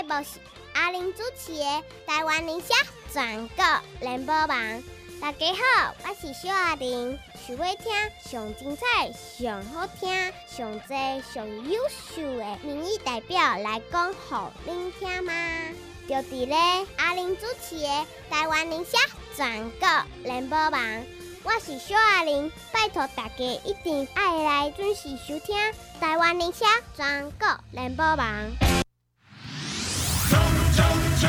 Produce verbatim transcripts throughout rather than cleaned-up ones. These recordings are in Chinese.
节目是阿玲主持的台湾宁夏全国联播网。大家好，我是小阿玲，想要听上精彩、上好听、上多、上优秀的民意代表来讲予恁听吗？就伫咧阿玲主持的台湾宁夏全国联播网。我是小阿玲，拜托大家一定爱来准时收听台湾宁夏全国联播网。 冲冲冲！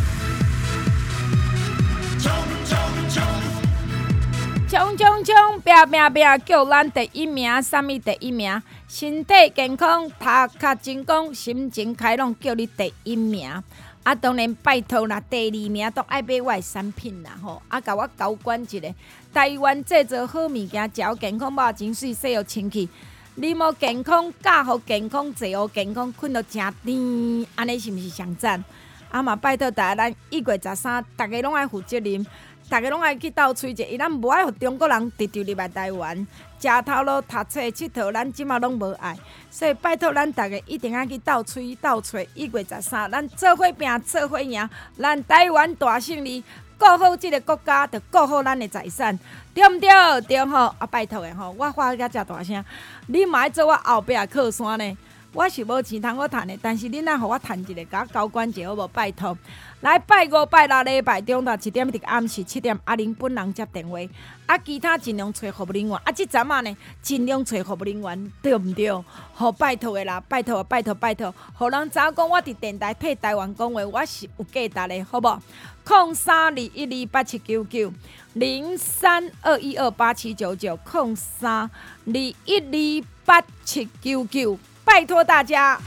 冲冲冲！ 冲冲冲！拼拼拼！叫咱第一名，啥物第一名？身体健康，头壳真光，心情开朗，叫你第一名。啊，当然拜托啦，第二名都爱买我的产品啦吼，啊，甲我交关一个台湾制造好物件，食好健康，饱真水，洗好清气，啉好健康，教好健康，坐好健康，困到真甜，安尼是毋是上赞？啊嘛，拜托大家，咱一月十三，大家拢爱负责任，大家拢爱去斗吹者，伊咱无爱互中国人直接入来台湾。食头路、读册、佚佗，咱即马拢无爱，所以拜托咱大家一定要去斗吹、斗找。一月十三，咱做伙拼、做伙赢，咱台湾大胜利，顾好即个国家，就顾好咱的财产，对毋对？对吼，啊拜托的吼，我发甲遮大声，你嘛爱做我后壁的靠山呢？我是无钱通我趁的，但是恁若互我趁一个，甲我交关者好无？拜托，来拜五、拜六礼拜中昼一点，直暗时七点，阿玲本人接电话。啊，其他尽量找服务人员。啊，即阵啊呢，尽量找服务人员，对毋对？好，拜托的啦，拜托，拜托，拜托，互人知影讲我伫电台替台湾讲话，我是有价值的，好无？零三二一二八七九九，零三二一二八七九九，零三二一二八七九九，拜托大家。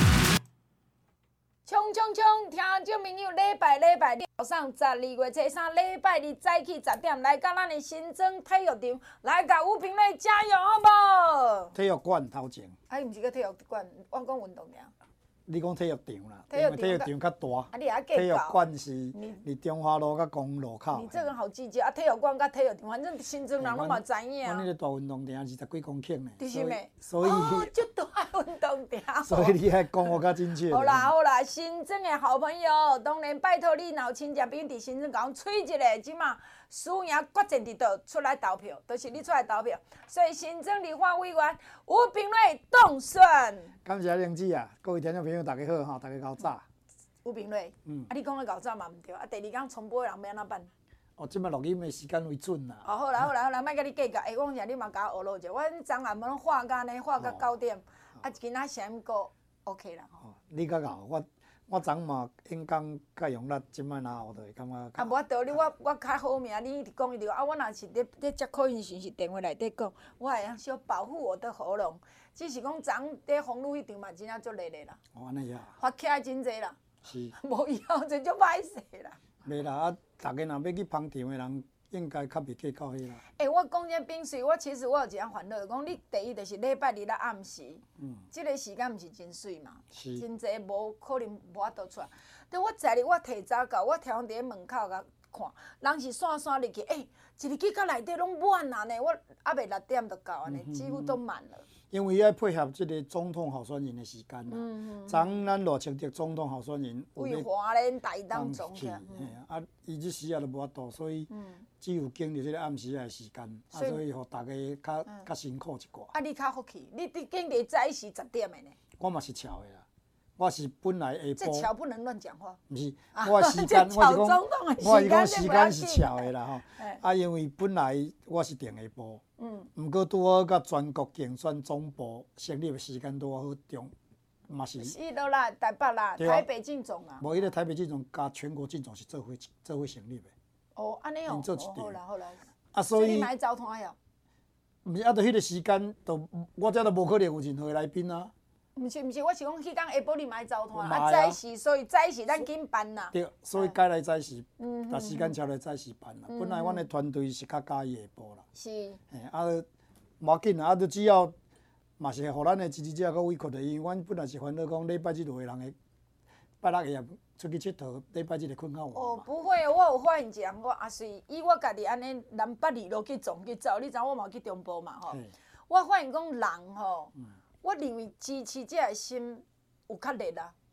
冲冲冲！听众朋友，礼拜礼拜早上十二月初三，礼拜二早起十点来到咱的新庄体育场，来甲吴平妹加油，好无？ 体育馆头前。 啊，伊毋是个体育馆，我讲运动尔。 你讲体育场啦， 体育场体育场较大。 啊，你还计较？ 体育馆是伫中华路甲公路口。 你这个好计较啊！体育馆甲体育场，反正新庄人拢嘛知影。 阮迄个大运动场二十几公顷呢。 就是咩？ 所以。 哦，足大运动场。 所以你还讲我较真切。 好啦好啦，新庄的好朋友，当然拜托你，若有亲戚朋友伫新庄，甲阮催一个，即马输赢决战伫倒，出来投票，都、就是你出来投票。所以新庄立法委员吴秉叡当选。 感谢玲子啊，各位听众朋友，大家好吼，大家搞早。 吴秉叡，嗯，啊，你讲的搞早嘛毋对，啊，第二天重播的人要安怎办？ 哦，即摆录音的时间为准啦。 哦，好啦好啦好啦，莫甲你计较。哎，我讲你嘛甲我学落者，我昨暗晡拢画甲呢，画到九点，啊，今仔先过 OK 啦。 哦，你较熬，我我昨嘛演讲甲用力，即摆若后就会感觉。 啊，无法度，你我我较好命，你一直讲一直讲，啊，我若是咧咧接口音讯息电话内底讲，我会晓小保护我的喉咙。只是讲昨咧红路迄场嘛，真正足热的啦。 哦，安尼呀。 发起来真济啦。 是。 无以后就足歹势啦。 袂啦，啊，逐个若要去捧场的人，应该较袂计较迄啦。 诶、欸，我讲这冰水，我其实我有一项烦恼，讲你第一就是礼拜日咧暗时，嗯，即个时间毋是真水嘛， 是。 真济无可能无法度出来。但我昨日我提早到，我听伫咧门口甲看，人是闪闪入去，诶、欸，一入去到内底拢满啊呢，我还袂六点就到安尼，几乎都满了。 因为要配合即个总统候选人的时间啦。嗯嗯。昨咱罗清德总统候选人为华人台当总统。 嗯。啊，伊即时也都无法度，所以只有经历即个暗时的时间，啊，所以互大家较较辛苦一寡。 啊，你较福气，你你经历早时十点的呢？ 我嘛是巧的啦，我是本来下晡。 这巧不能乱讲话。 毋是，我的时间我是讲，我是讲时间是巧的啦吼。啊，因为本来我是定下晡。嗯，毋过拄好甲全国竞选总部成立的时间拄好中，嘛是。 是都啦，台北啦，台北进总啦。 无，迄个台北进总甲全国进总是做伙做伙成立的。 哦，安尼哦。 做一场。 好啦好啦。 啊，所以。 你买走摊呀？ 毋是，啊，着迄个时间，着我遮着无可能有任何来宾啊。 毋是毋是，我是讲迄天下晡你买走摊，啊早时，所以早时咱紧办啦。 对，所以改来早时，把时间调来早时办啦。本来阮的团队是较介意下晡啦。 是。 嘿，啊，无要紧啊，啊，就只要嘛是互咱的支持者搁委屈的，因为阮本来是烦恼讲礼拜日落个人会拜六夜出去佚佗，礼拜日会困较晚。 哦，不会，我有发现一项，我也是以我家己安尼南北二路去撞去走，你知影我嘛去中部嘛吼。我发现讲人吼，我认为支持者的心有较热啊。哦。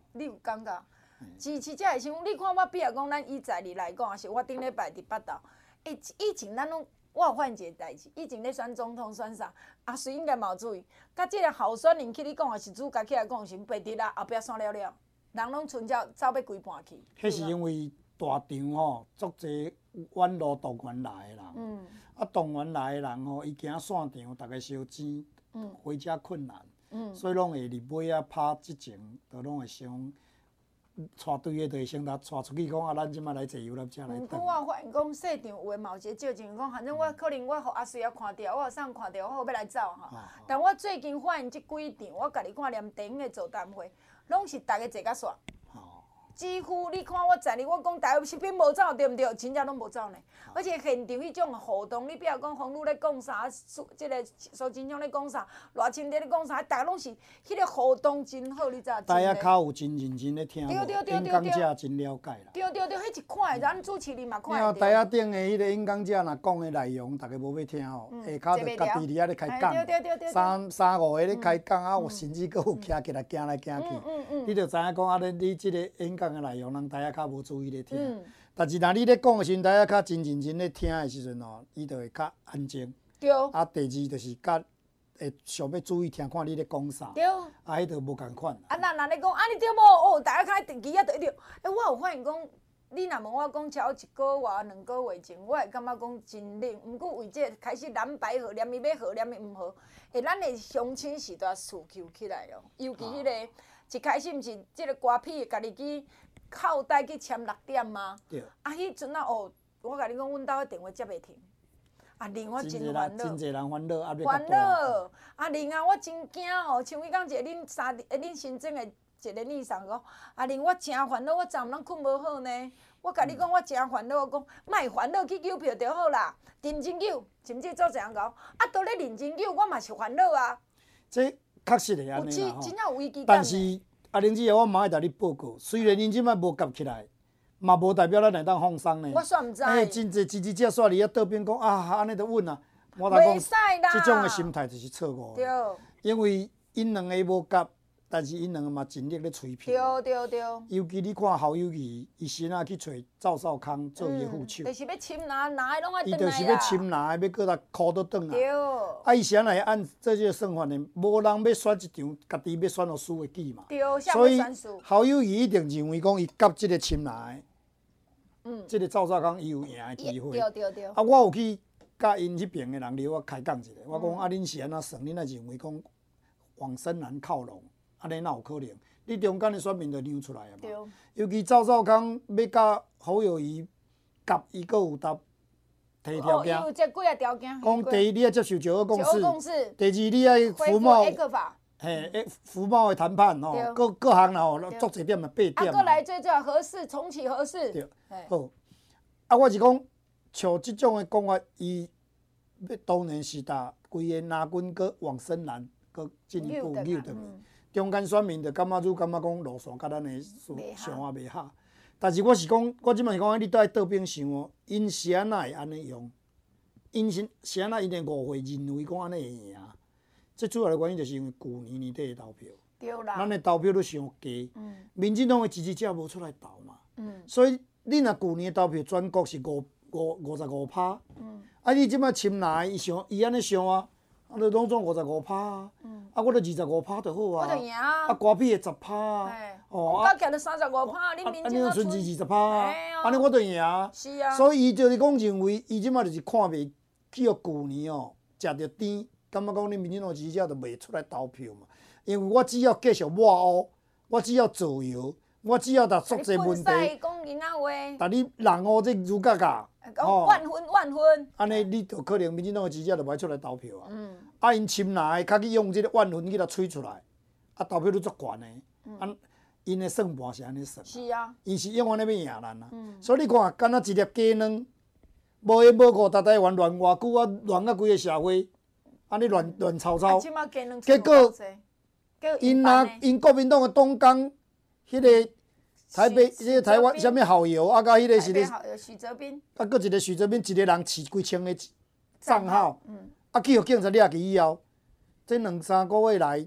你有感觉？支持才会想，你看我比如讲，咱以在日来讲，是我顶礼拜伫北投，诶，以前咱拢我有发现一个代志，以前咧选总统选啥，阿水应该嘛有注意，甲即个候选人去你讲，也是主角起来讲，是白日啊，后壁散了了，人拢剩只走要规半去。 迄是因为大场吼，足侪远路动员来的人，嗯，啊，动员来的人吼，伊行线场，逐个烧钱，嗯，回家困难，嗯，所以拢会入尾啊拍之前，就拢会想。带队的就会先来带出去讲啊，咱即摆来坐游览车来等。 毋过我发现讲市场有诶嘛有一个照情讲，反正我可能我互阿水也看着，我有送看着，我要来走吼。但我最近发现即几场，我家己看连电影的座谈会，拢是逐个坐甲煞。几乎你看我昨日我讲台湾士兵无走对毋对？真正拢无走呢。而且现场迄种互动，你比如讲黄宇咧讲啥，苏即个苏金昌咧讲啥，赖清德咧讲啥，逐个拢是迄个互动真好，你知影？ 大家较有真认真咧听， 对对对演讲者真了解啦。 对对对，迄一看的，咱主持人嘛看了。台下顶的迄个演讲者若讲的内容，大家无要听吼，下骹就家己伫遐咧开讲，三三五个咧开讲啊，有甚至佫有徛起来行来行去，你着知影讲啊，你你即个演讲的内容，人大家较无注意咧听。嗯、但是若你咧讲的时阵，大家较真认真咧听的时阵哦，伊就会较安静。 对。 啊，第二就是较会想要注意听看你咧讲啥。 对。 啊，迄就无共款。 啊，咱若咧讲，啊，你对无？哦，大家较电机啊，对对。诶，我有发现讲，你若问我讲，超一个月、两个月前，我会感觉讲真冷。毋过为这开始蓝白合，连伊要合，连伊毋合，诶，咱的乡亲是都需求起来哦。尤其迄、那个、啊、一开始毋是即个瓜皮家己去。靠带去签六点吗？ 对。 啊，迄阵啊，哦，我甲你讲，阮兜的电话接袂停，啊，令我真烦恼。 真侪人烦恼，压力烦恼，啊，令啊，我真惊哦。像迄讲一个恁三，恁新增的一个女上讲，啊，令我真烦恼，我昨暗拢困无好呢。我甲你讲，我真烦恼，我讲莫烦恼去邮票就好啦，认真邮，甚至做一样讲，啊，都咧认真邮，我嘛是烦恼啊。 这确实会安尼啦吼。真正有危机感。 但是。啊，玲姐，我嘛爱甲你报告，虽然恁即摆无夹起来，嘛无代表咱会当放松呢。 我煞毋知。 哎，真侪支持者煞伫遐倒边讲啊，安尼就稳啊。我来讲，即种的心态就是错误。 对。 因为因两个无夹，但是因两个嘛尽力咧吹票。 对对对。 尤其你看侯友宜，伊先啊去找赵少康做伊的副手。 就是要侵拿，拿的拢爱转来啦。 伊就是要侵拿，要搁来箍倒转来。 对。 啊，伊先来按做这个算法呢，无人要选一场，家己要选互输的记嘛。 对， 所以侯友宜一定认为讲伊夹即个侵拿的，嗯，即个赵少康伊有赢的机会。 对对对。 啊，我有去甲因迄边的人留我开讲一下，我讲啊，恁是安怎算？恁也认为讲往深蓝靠拢？安尼哪有可能？你中间的选民就亮出来啊嘛。尤其赵少康要甲侯友宜夹，伊阁有答提条件。 哦，伊有这几个条件。 讲第一，你要接受九二共识； 共识第二，你要服贸， 嘿， 诶，服贸的谈判吼，各各行啦吼，足侪点嘛，八点。 啊，过来最最好合适，重启合适。 对，好。啊，我是讲，像即种的讲法，伊要当然是打规个拿军阁往深蓝，阁进一步扭转。中间选民就感觉愈感觉讲路线甲咱的想法袂合，但是我是讲，我即摆是讲，你倒来倒边想哦，因是安那会安尼用？因是是安那因的误会认为讲安尼会赢？这主要的原因就是因为旧年年底的投票， 对啦， 咱的投票都伤低，嗯，民进党的支持者无出来投嘛，嗯，所以你若旧年的投票全国是五五五十五趴，嗯，啊，你即摆侵来伊想伊安尼想啊。啊，你拢总五十五趴啊，啊，我都二十五趴就好啊。 我就赢啊。 啊，瓜皮的十趴啊。 哦。我加到三十五趴，你民进党剩二二十趴啊。安尼我就赢啊。 是啊。 所以伊就是讲认为，伊即摆就是看袂起哦，旧年哦，食着甜，感觉讲你民进党支持者就袂出来投票嘛。因为我只要继续抹黑，我只要造谣，我只要答足侪问题。 讲囡仔话。 但你人哦，这如假假。 哦，万分万分。 安尼你就可能民进党的支持者就袂出来投票啊。嗯。啊，因侵来，较去用即个万分去甲吹出来，啊，投票率足悬的。嗯。啊，因的算盘是安尼算。 是啊。 伊是永远咧要赢咱啊。嗯。所以你看，敢若一粒鸡卵，无缘无故，逐台湾乱偌久啊，乱啊规个社会，安尼乱乱吵吵。结果，因若因国民党的党工，迄个。台北，迄个台湾，啥物校友，啊，甲迄个是咧， 许哲斌， 啊，搁一个许哲斌，一个人饲几千个账号，啊，去互警察掠去以后，这两三个月来，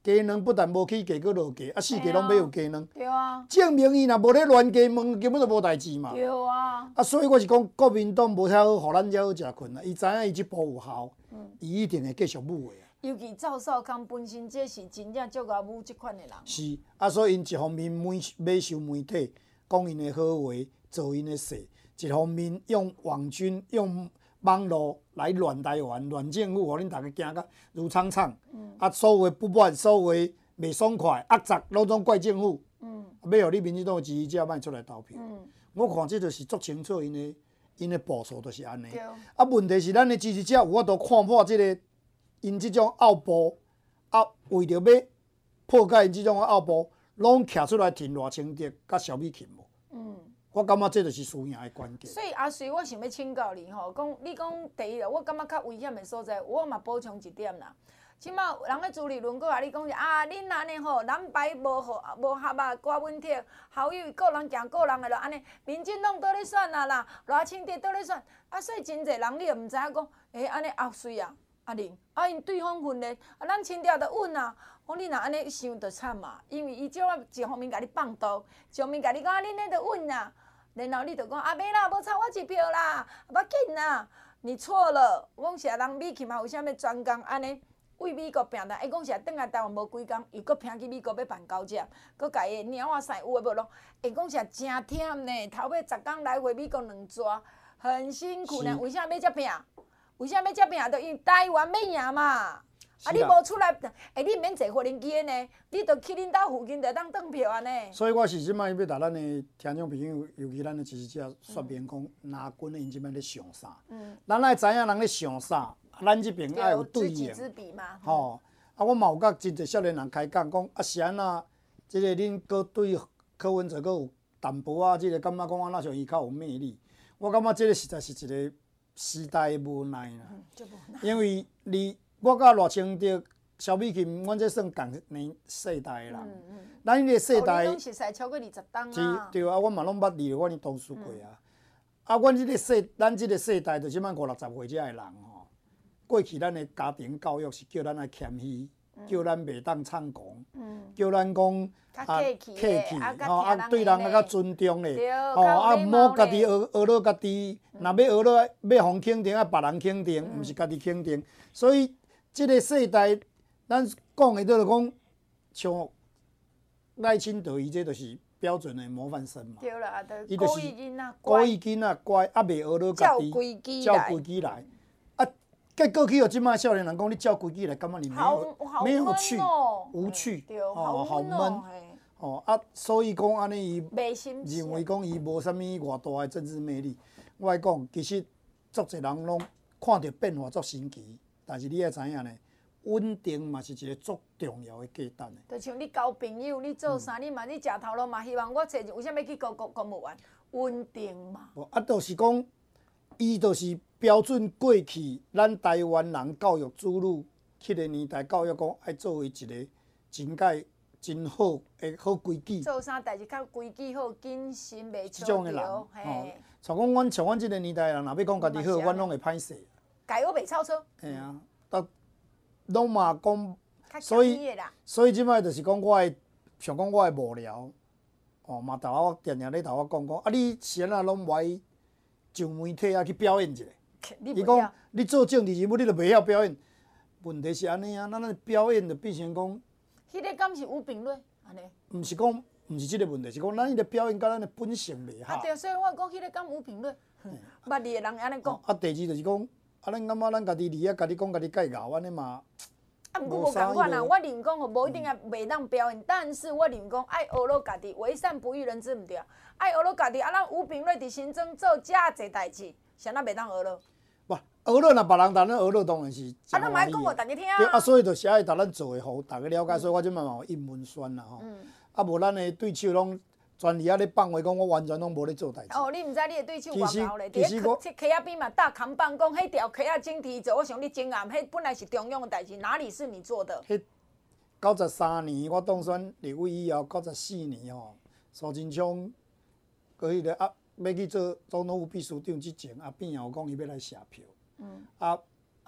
鸡卵不但无起价，佫落价，啊四价拢买有鸡卵。 对啊。 证明伊若无咧乱鸡问，根本就无代志嘛。 对啊。 啊，所以我是讲，国民党无遐好，互咱遮好食困啊。伊知影伊即步有效，伊、嗯、一定会继续舞的啊。 尤其赵少康本身这是真正足够舞即款的人。 是啊，所以因一方面媒买收媒体，讲因的好话，做因的事；一方面用网军、用网络来乱台湾、乱政府，互恁大家惊甲如苍苍。嗯、啊，所有的不满、所有的袂爽快、压榨，拢总怪政府。嗯，要互你民进党的支持者莫出来投票。嗯，我看这就是足清楚因的因的步数就是安尼。啊，问题是咱的支持者有法度看破这个因这种拗步，啊，为着要破解因这种拗步，拢徛出来挺赖清德甲萧美琴无。嗯。我感觉这就是输赢的关键。 所以阿水，我想要请教你吼，讲你讲第一，我感觉较危险的所在，我嘛补充一点啦。即马有人咧朱立伦，佮甲你讲是啊，恁安尼吼，蓝白无好无合啊，郭文铁、侯友宜个人行个人的咯，安尼民进党倒咧选啊啦，赖清德倒咧选，啊，所以真侪人你也毋知影讲，诶，安尼阿水啊，阿玲，啊因对方分裂，啊咱清调着稳啊。我你若安尼想着惨嘛，因为伊即啊一方面甲你放毒，一方面甲你讲啊，恁咧着稳啊。然后你就讲啊，袂啦，无差我一票啦，无要紧啦，你错了。我讲是啊，人美去嘛有啥物专工安尼为美国拼的，伊讲是啊，转来台湾无几工，又搁拼去美国要办交接，搁家己鸟仔屎有诶无咯？伊讲是啊，真忝呢，头尾十工来回美国两抓，很辛苦呢。为啥要遮拼？为啥要遮拼？就因为台湾要赢嘛。啊！你无出来，哎，你免坐无人机的呢，你着去恁兜附近就当转票安尼。 所以我是即摆要甲咱的听众朋友，尤其咱的支持者说明讲，拿军的因即摆咧想啥？嗯。咱爱知影人咧想啥，咱这边爱有对应。吼、啊，我嘛有甲真侪少年人开讲，讲啊是安那，即个恁搁对柯文哲搁有淡薄啊，即个感觉讲啊那像伊较有魅力。我感觉即个实在是一个时代的无奈啦。嗯，就无奈。因为你。我甲赖清德、萧美琴，阮这算同年世代的人。嗯嗯。咱迄个世代。哦，你熟识超过二十档啊。是，对啊，我嘛拢捌你，我呢读书过啊。啊，阮即个世，咱即个世代，就即摆五六十岁遮个人吼。过去咱的家庭教育是叫咱爱谦虚，叫咱袂当唱功，叫咱讲啊客气，吼啊对人啊较尊重咧，吼啊毋好家己学学落家己，若要学落要互肯定，啊别人肯定，毋是家己肯定，所以。即个世代，咱讲的就是讲，像赖清德伊这就是标准的模范生嘛。对啦，伊就是故意囡仔乖，啊袂学落家己，照规矩来。啊，结果去互即摆少年人讲，你照规矩来，感觉你没有没有趣，无趣，哦，好闷，哦啊，所以讲安尼伊认为讲伊无啥物偌大的政治魅力。我来讲，其实足侪人拢看到变化足神奇。但是你爱知影呢，稳定嘛是一个足重要的价值的。就像你交朋友，你做啥，嗯、你嘛你食头路嘛，希望我找为啥要去公公公务员？稳定嘛。啊，就是讲，伊就是标准过去咱台湾人教育主女迄个年代教育讲，爱作为一个真解真好的好规矩。做啥代志较规矩好，谨慎袂超条。嘿。像讲阮像阮即个年代的人，若要讲家己好，阮拢会歹势。家我袂超车。嘿啊，但拢嘛讲，所以所以即摆就是讲，我的想讲我的无聊，哦嘛，头我定定咧头我讲讲，啊你是安那拢无爱上媒体啊去表演一下？伊讲你做政治人物，你都袂晓表演。问题是安尼啊，咱那表演就变成讲，迄个敢是有评论安尼？毋是讲，毋是即个问题，是讲咱迄个表演甲咱的本性袂合。啊对，所以我讲迄个敢有评论，捌你的人安尼讲。啊，第二就是讲。啊，咱感觉咱家己利啊，家己讲家己介咬，安尼嘛。啊，毋过无共款啦，我认讲吼，无一定啊袂当表演，但是我认讲爱学落家己，为善不欲人知毋对，爱学落家己。啊，咱吴炳瑞伫新庄做遮侪代志，谁那袂当学落？哇，学落若别人当然学落当然是。啊，咱莫讲互大家听。对啊，所以就是爱逐咱做诶，互大家了解。所以我即摆嘛有印文宣啦吼。嗯。啊，无咱诶对手拢。专利啊！咧放话讲，我完全拢无咧做代志。哦，你毋知你的对手偌高咧？其实我溪仔边嘛搭扛棒讲，迄条溪仔整体做，我想你真暗，迄本来是中央的代志，哪里是你做的？迄九十三年我当选立委以后，九十四年吼，苏贞昌搁迄个啊，要去做总统府秘书长之前，阿扁也有讲伊要来写票。嗯。啊啊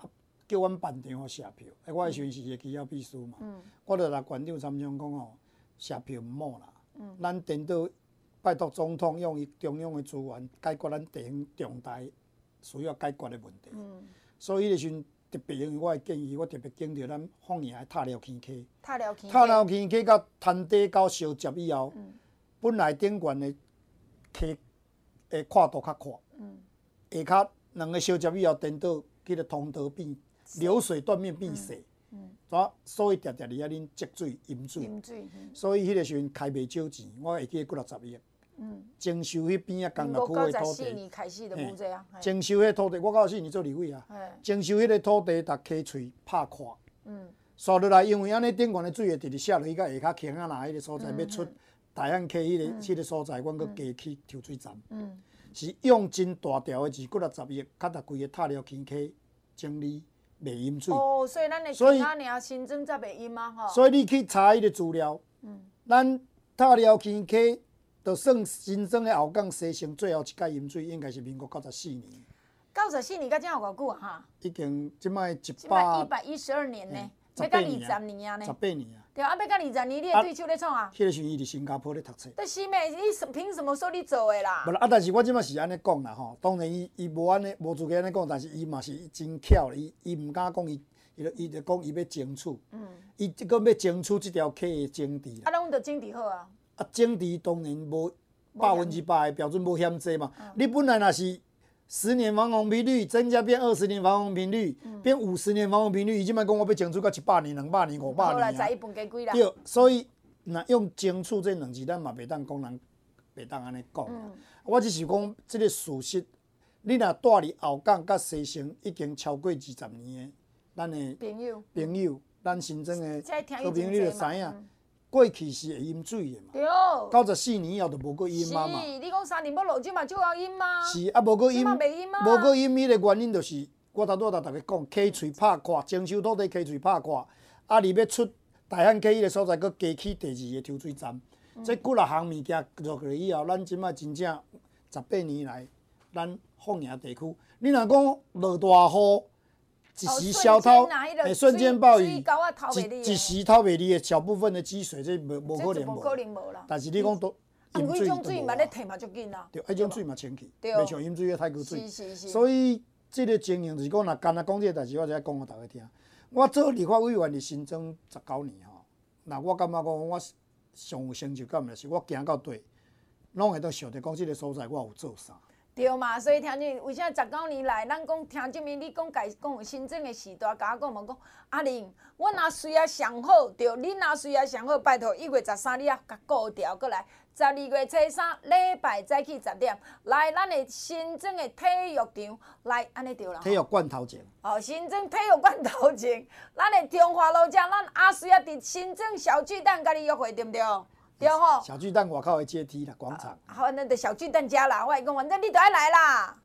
叫阮办场互写票，哎，我迄时阵是一个机要秘书嘛，嗯、我就来县长参详讲吼，写票毋好啦，嗯、咱颠倒拜托总统用伊中央的资源解决咱地方重大需要解决的问题。嗯、所以迄个时阵特别因为我的建议，我特别经着咱凤爷的塔寮坑溪， 塔寮坑塔寮坑溪到滩底到相接以后，嗯、本来顶悬的溪的跨度较宽，嗯、下骹两个相接以后颠倒，迄个通道变流水断面变细，嗯，嗯、所以常常伫遐恁积水饮水，饮水，嗯、所以迄个时阵开袂少钱，我会记得几六十亿。嗯，征收迄边啊，江乐区的土地。五九十四年开始就冇这样。征收迄土地，我九十四年做立委啊。征收迄个土地，逐溪喙拍垮。嗯。刷落来，因为安尼顶悬的水会直直下落去到下骹坑啊，那迄个所在要出大汉溪迄个迄个所在，阮搁加起抽水站。嗯。是用真大条的钱，几六十亿，甲逐规个塔寮坑溪整理袂淹水。 哦，所以咱的其他尔新增才袂淹啊，吼。 所以你去查迄个资料，嗯，咱塔寮坑溪。就算新增的后港西城最后一届淹水，应该是民国九十四年。 九十四年，到今有偌久啊？哈！ 已经即摆一百。 百一百一十二年呢，要到二十年啊呢。 十八年啊。 对啊，要到二十年，你的退休咧创啊？ 迄个时阵伊伫新加坡咧读册。 但是咩？你凭什么说你做的啦？ 无啦，啊，但是我即摆是安尼讲啦吼。当然伊伊无安尼无资格安尼讲，但是伊嘛是真巧伊伊毋敢讲伊，伊就伊就讲伊要争取。嗯。伊即个要争取即条溪的整治。 啊，拢着整治好啊。 啊，整治当然无。百分之百的标准无嫌济嘛？嗯、你本来若是十年防洪频率增加变二十年防洪频率，嗯、变五十年防洪频率，伊即摆讲我要争取到一百年、两百年、五百年啊。 再一本加几啦。 对，所以若用争取这两字，咱嘛袂当讲人，袂当安尼讲。嗯、我只是讲这个事实，你若住伫后港甲西城已经超过二十年的，咱的朋友， 朋友，咱新增的好朋友你就知影。 嗯过去是会淹水的嘛？ 对。 九十四年以后就无过淹嘛嘛。 是，你讲三年要落水嘛就要淹吗？ 是啊，无过淹，无过淹迄个原因就是，我头拄仔逐个讲，溪喙拍垮，征收土地溪喙拍垮，啊，你要出大汉溪迄个所在，搁加起第二个抽水站，嗯、这几六项物件落去以后，咱即摆真正十八年来，咱凤营地区，你若讲落大雨。一时小偷，诶，瞬间暴雨，一一时偷袂离的小部分的积水，这无无可能无。但是你讲都淹水都无啊。对，迄种水嘛清气，袂像淹水个太古水。所以这个情形就是讲，若干那讲这个代志，我就爱讲互大家听。我做立法委员是新增十九年吼，那我感觉讲我上有成就感的是，我行到底，拢会当想着讲这个所在我有做啥。 对嘛，所以听见为啥十九年来，咱讲听这面你讲家讲有新增的时代，甲我讲无讲阿玲，我若水啊上好，对，你若水啊上好，拜托一月十三你啊甲顾调过来，十二月初三礼拜早起十点来咱的新增的体育场来，安尼对啦。 体育罐头前。 哦，新增体育罐头前，咱的中华路遮，咱阿水啊伫新增小巨蛋甲你约会，对不对？对吼， 小巨蛋外口的阶梯啦，广场。 好、啊，那就小巨蛋家啦，我讲反正你都要来啦。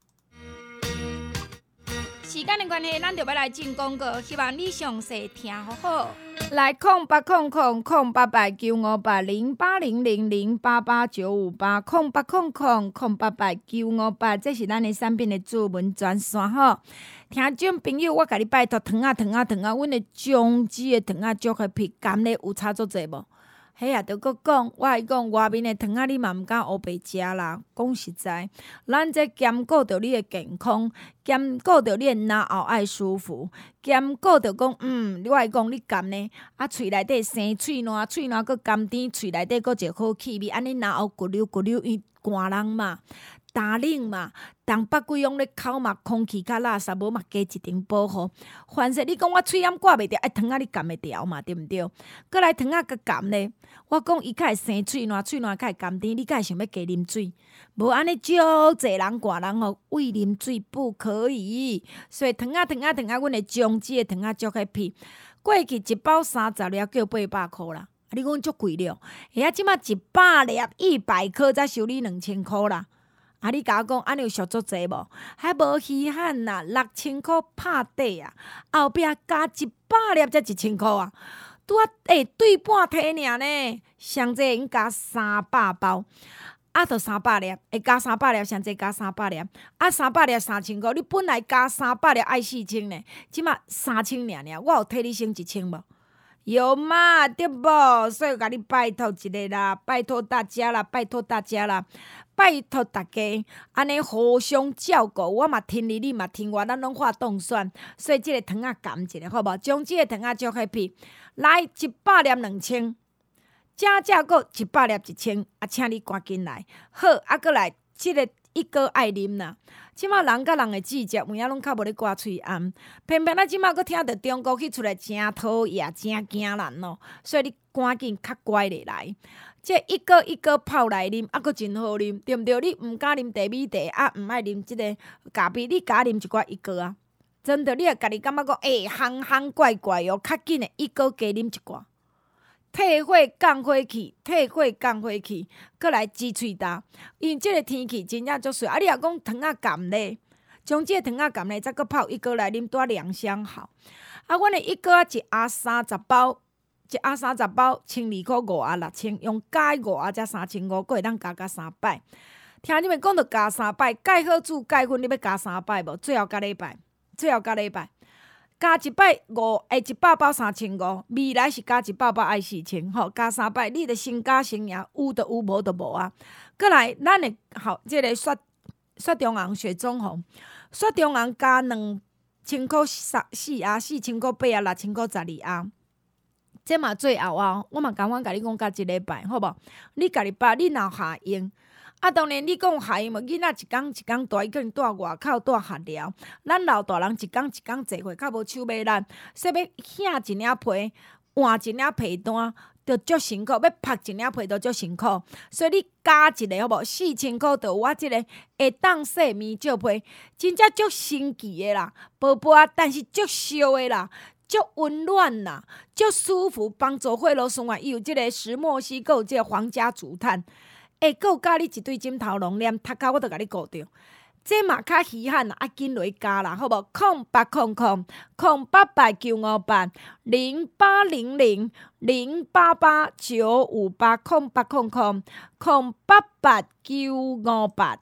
时间的关系，咱就要来进广告，希望你详细听好好。来，空八空空空八八九五八零八零零零八八九五八空八空空空八八九五八，这是咱的产品的主文专线吼。听众朋友，我甲你拜托，糖啊糖啊糖啊，阮的姜子的糖啊足个皮，甘咧有差足济无？迄也着搁讲，我来讲外面的糖仔，你嘛毋敢黑白食啦。讲实在，咱这兼顾着你的健康，兼顾着你的脑后爱舒服，兼顾着讲，嗯，我来讲你甘呢，啊，喙内底生喙烂，喙烂搁甘甜，喙内底搁一个好气味，安尼脑后骨溜骨溜，伊寒人嘛。打冷嘛，东北季用咧口嘛，空气较垃圾，无嘛加一层保护。凡是你讲我喙炎挂袂掉，哎，糖仔你含会掉嘛，对毋对？搁来糖仔搁含咧，我讲伊较会生喙烂，喙烂较会甘甜，你敢会想要加啉水？无安尼，足侪人寒人吼，胃啉水不可以。所以糖仔糖仔糖仔，阮的姜子的糖仔足个便宜，过去一包三十粒叫八百箍啦，啊，你讲足贵了，而且即马一百粒一百颗才收你两千箍啦。啊！你甲我讲，安尼有俗足济无？还无稀罕啦，六千箍拍底啊！后壁加一百粒才一千箍啊！拄啊，诶，对半体尔呢，上济用加三百包。 啊，着三百粒，会加三百粒，上济加三百粒，啊，三百粒三千五，你本来加三百粒爱四千呢，即马三千尔尔，我有替你省一千无？有嘛，对无？所以甲你拜托一个啦，拜托大家啦，拜托大家啦，拜托大家，安尼互相照顾，我嘛听你，你嘛听我，咱拢化冻蒜，所以即个糖仔含一个，好无？将即个糖仔做 happy， 来一百粒两千。正正个一百粒一千，啊，请你赶紧来。好，啊，搁来，即、这个一哥爱啉啦。即马人甲人的季节，有影拢较无咧刮喙红，偏偏咱即马搁听着中国去出来真讨厌，真惊人咯。所以你赶紧较乖咧来。这一个一个泡来啉，啊，搁真好啉，对毋对？你毋敢啉茶米茶，啊，毋爱啉即个咖啡，你加啉一寡一个啊。真的，你会家己感觉讲，诶、欸，烘烘怪怪哦，较紧诶，一个加啉一寡。退火降火气，退火降火气，搁来煮喙焦。因为即个天气真正足水，啊！你若讲糖仔含咧，将即个糖仔含咧，再搁泡一个来啉，多凉香好。啊，阮的一个一盒三十包，一盒三十包，千二块五盒六千，用加五盒才三千五，搁会当加加三百。听你们讲着加三百，介好煮介薰，你要加三百无？最后加礼拜，最后加礼拜。加一百五，诶，一百包三千五，未来是加一百包爱四千，吼，加三百，你着先加先赢，有就有，无就无啊。过来，咱的好，即、这个雪雪中红、雪中红，雪中红加两千箍三四盒，四千箍八盒，六千箍十二盒。这嘛最后啊，我嘛刚刚甲你讲加一礼拜，好无？你家己把你若下用。啊，当然，你讲下因无囡仔一工一工大，伊可能住外口住学寮。咱老大人一工一工坐伙，较无手尾力，说要掀一领被，换一领被单，着足辛苦；要拍一领被，着足辛苦。所以你加一个好无？四千箍着有我即个会当洗面照被，真正足神奇的啦，薄薄啊，但是足烧的啦。足温暖啦，足舒服，帮助血路循环。伊有即个石墨烯，还有即个皇家竹炭。诶，佮有加你一对枕头龙链，头壳我都甲你顾着。这嘛较稀罕啦，啊紧落加啦，好无？空八空空空八八九五八零八零零零八八九五八空八空空空八八九五八。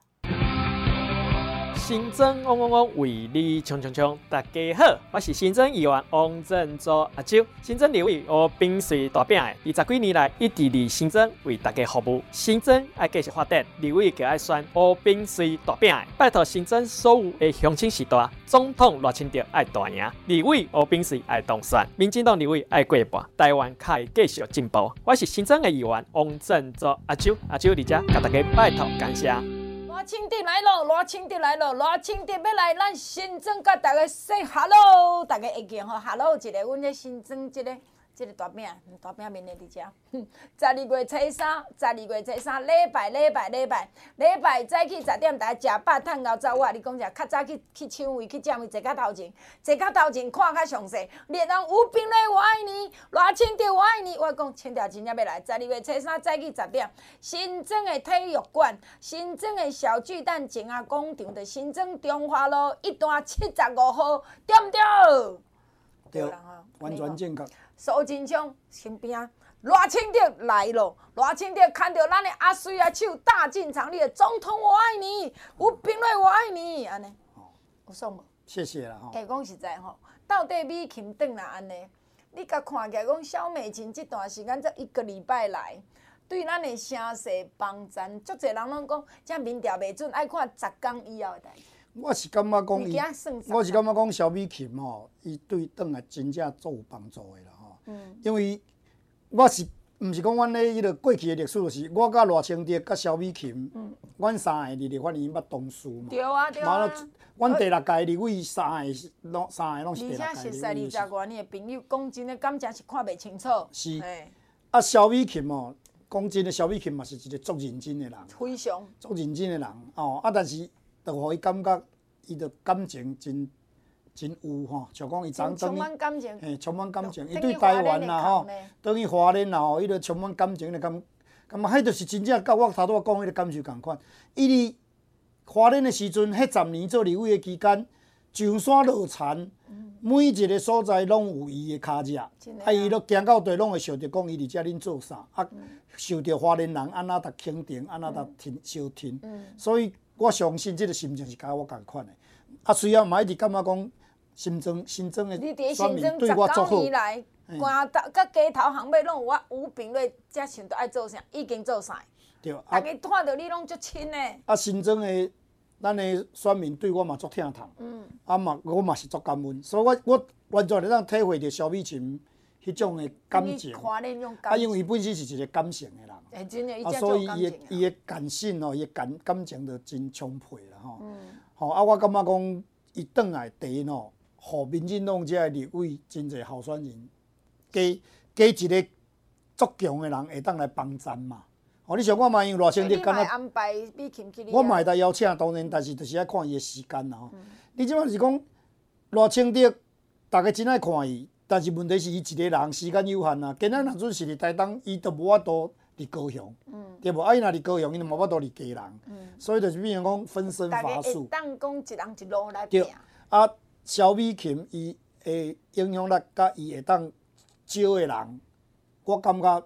新增嗡嗡嗡，为你冲冲冲！大家好，我是新增议员王振洲阿周。新增立委我秉随大饼的，二十几年来一直伫新增为大家服务。新增爱继续发展，立委就爱选我秉随大饼的，拜托新增所有的乡亲时代，总统赖清德爱大赢，立委我秉随爱当选，民进党立委爱过半，台湾可以继续进步。我是新增的议员王振洲阿周，阿周伫遮甲大家拜托感谢。 赖清德来咯，赖清德来咯，赖清德要来咱新庄，甲大家 say hello， 大家会见吼 ，hello 一个，阮这新庄这个这个大饼，大饼面的伫遮。十二月初三，十二月初三，礼拜礼拜礼拜礼拜早起十点，大家食饱趁熬走。我你讲者，较早去去抢位去占位，坐较头前，坐较头前看较详细。连人吴炳瑞我爱你，赖清德我爱你，我讲清德真正要来。十二月初三早起十点，新庄的体育馆，新庄的小巨蛋前啊广场的新庄中华路一段七十五号，对毋对？ 对，完全正确。 苏贞昌身边，赖清德来咯！赖清德看到咱的阿水啊手大进场，你的总统我爱你，吴炳瑞我爱你，安尼，有爽无？ 谢谢啦吼。 诶，讲实在吼，到底美琴转来安尼，你甲看起来讲萧美琴这段时间这一个礼拜来，对咱的声势帮战，足侪人拢讲，这民调袂准，爱看十天以后的代志。 我是感觉讲伊，我是感觉讲萧美琴吼，伊对转来真正足有帮助的啦吼。嗯。因为我是毋是讲阮咧迄个过去的历史，就是我甲赖清德、甲萧美琴，嗯，阮三个立立法院捌同事嘛。 对啊，对啊。 阮第六届立委三个拢三个拢是第六届。 而且熟识二十多年的朋友，讲真诶，感情是看袂清楚。 是。啊，萧美琴哦，讲真诶，萧美琴嘛是一个足认真诶人。 非常。 足认真诶人哦，啊，但是。就互伊感觉，伊着感情真真有吼，像讲伊昨充满感情， 嘿，充满感情。伊对台湾啦吼，等于华联啦吼，伊着充满感情的感，感觉迄着是真正甲我头拄仔讲迄个感受共款。伊伫华联的时阵，迄十年做立委的期间，上山落田， 每一个所在拢有伊的脚跡，啊，伊落行到地拢会想着讲伊伫遮恁做啥，啊，受着华人人安怎搭肯定，安怎搭听相听，所以我相信即个心情是甲我共款的。啊，虽然嘛一直感觉讲新增新增的选民对我足好。 官头甲街头巷尾拢有我吴炳瑞，才想着爱做啥，已经做啥。 对， 大家看到你拢足亲的。 啊，新增的咱的选民对我嘛足疼痛，嗯，啊嘛我嘛是足感恩，所以我我完全会当体会着萧美琴迄种的感情。啊，因为伊本身是一个感性的人， 哎，真的， 啊，所以伊的伊的感性哦，伊的感感情就真充沛啦吼。嗯。吼啊，我感觉讲伊转来第一吼，互民进党遮的立委真侪候选人。加加一个足强的人会当来帮站嘛？哦，你想看嘛？因为偌生日敢若安排美琴去， 我嘛会当邀请，当然，但是就是爱看伊的时间啦吼。嗯、你即摆是讲偌生日，大家真爱看伊，但是问题是伊一个人时间有限啊。今仔若准是伫台东，伊都无法度伫高雄，嗯、对无？啊，伊若伫高雄，伊就无法度伫家人，嗯、所以就是变成讲分身乏术。 大家会当讲一人一路来拼。 啊，萧美琴伊的影响力，甲伊会当。少的人，我感觉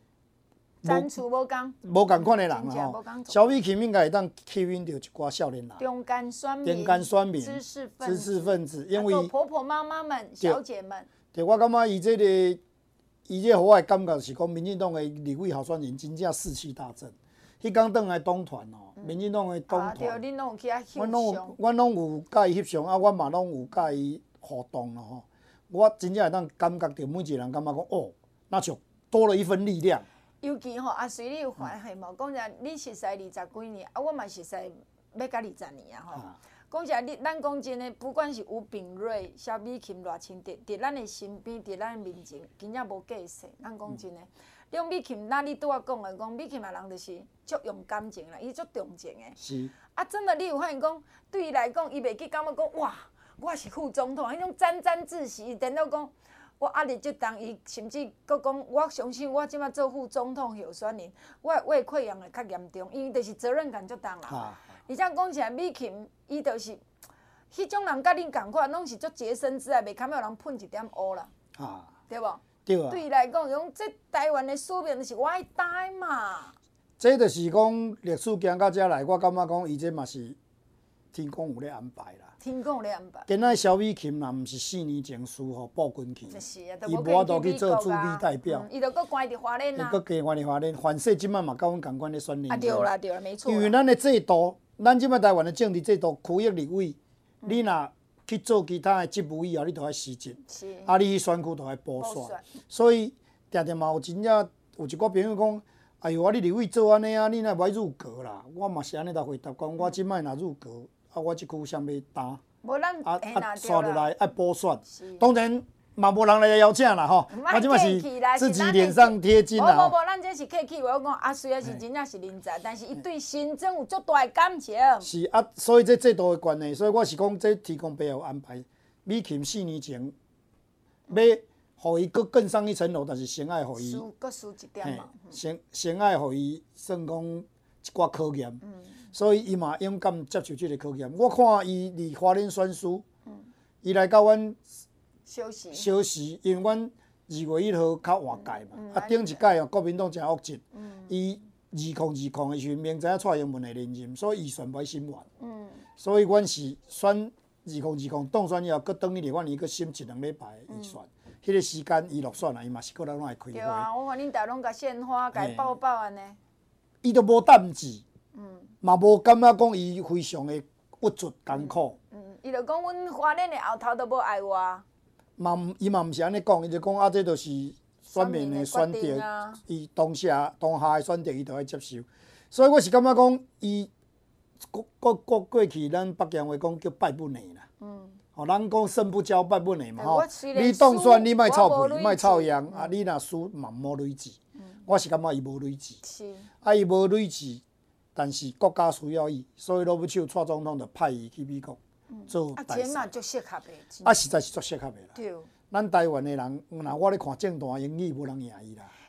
zan处无共， 无共款的人吼。萧美琴应该会当吸引到一寡少年人， 中间选民、 中间选民、 知识分知识分子，因为婆婆妈妈们、小姐们。 对，我感觉伊这个，伊这互我的感觉是讲，民进党的立委候选人真正士气大振。迄天转来党团哦，民进党的党团， 对，恁拢有去遐翕相。 阮拢有，阮拢有甲伊翕相，啊，阮嘛拢有甲伊互动咯吼。我真正会当感觉到每一个人感觉讲哦，那就多了一份力量。 尤其吼，阿随你有发现无？讲者你熟悉二十几年，啊，我嘛熟悉要到二十年啊吼。讲者你，咱讲真诶，不管是吴炳瑞、萧美琴、偌清伫伫咱诶身边，伫咱诶面前，真正无计数。咱讲真诶，你讲美琴，那你拄仔讲诶，讲美琴啊人就是足用感情啦，伊足重情诶。 是。 啊，真的，你有发现讲，对伊来讲，伊袂去感觉讲哇。我是副总统，迄种沾沾自喜，等到讲我压力即重，伊甚至佫讲，我相信我即摆做副总统候选人，我胃溃疡会较严重，因为就是责任感足重啦。啊、而且讲起来，美琴伊就是迄种人，甲恁共款，拢是足洁身自爱，袂堪有人喷一点污啦。啊，对无？ 对啊。 对伊来讲，讲这台湾的使命就是我爱台嘛。 这就是讲历史行到遮来，我感觉讲伊这嘛是天公有咧安排啦。天公有咧安排。 今仔萧美琴若毋是四年前输互报军去，伊无法度去做驻美代表。 伊就搁关伫花莲啊。 伊搁加关伫花莲，反正即摆嘛甲阮共款咧选连任。 啊对啦对啦，没错。 因为咱的制度，咱即摆台湾的政治制度，区域立委，嗯、你若去做其他的职务以后，你都要辞职。是。啊，你去选区都要补选。所以定定嘛有真正有一个朋友讲，哎呦，啊你立委做安尼啊，你若不爱入阁啦？我嘛是安尼来回答讲，我即摆若入阁。啊，我即区谁要担？ 无咱啊啊，刷落来爱补选，当然嘛无人来邀请啦吼。啊，即摆是自己脸上贴金啦。 无无无，咱这是客气话，我讲啊，虽然是真正是人才，但是伊对新政有足大的感情。 是啊，所以这制度的关系，所以我是讲这提供背后安排。美琴四年前要互伊搁更上一层楼，但是先爱互伊。 输，搁输一点嘛。 先先爱互伊算讲一寡考验。嗯。所以伊嘛勇敢接受这个考验。我看伊伫花莲选书，伊、嗯、来到阮休息， 休息，因为阮二月一号较换届嘛，嗯、啊顶一届哦，国民党真恶质，伊二控二控的时阵，明知影蔡英文会连任，所以伊选不心软。嗯，所以阮是选二控二控，当选以后，搁等于咧，阮伊搁审一两礼拜预选，迄、嗯、个时间伊落选啦，伊嘛是搁咱拢会开会。 对啊，我看恁大拢甲献花，甲伊抱抱安尼。 伊都无淡志。嗯，嘛无感觉讲伊非常的郁卒艰苦。 嗯，伊就讲阮花莲的后头都无爱我。 嘛，伊嘛毋是安尼讲，伊就讲啊，这就是选民的选择，伊当下当下的选择，伊就要接受。所以我是感觉讲，伊过过过过去，咱北京话讲叫败不馁啦。嗯。哦，咱讲胜不骄，败不馁嘛吼。你当选，你莫臭屁，莫臭样，啊，你若输嘛无累志。我是感觉伊无累志。是。啊，伊无累志。但是国家需要伊，所以罗武手蔡总统就派伊去美国做大使。啊， 这嘛足适合的。 啊，实在是足适合的啦。 对。 咱台湾的人，若我咧看政坛英语，无人赢伊啦。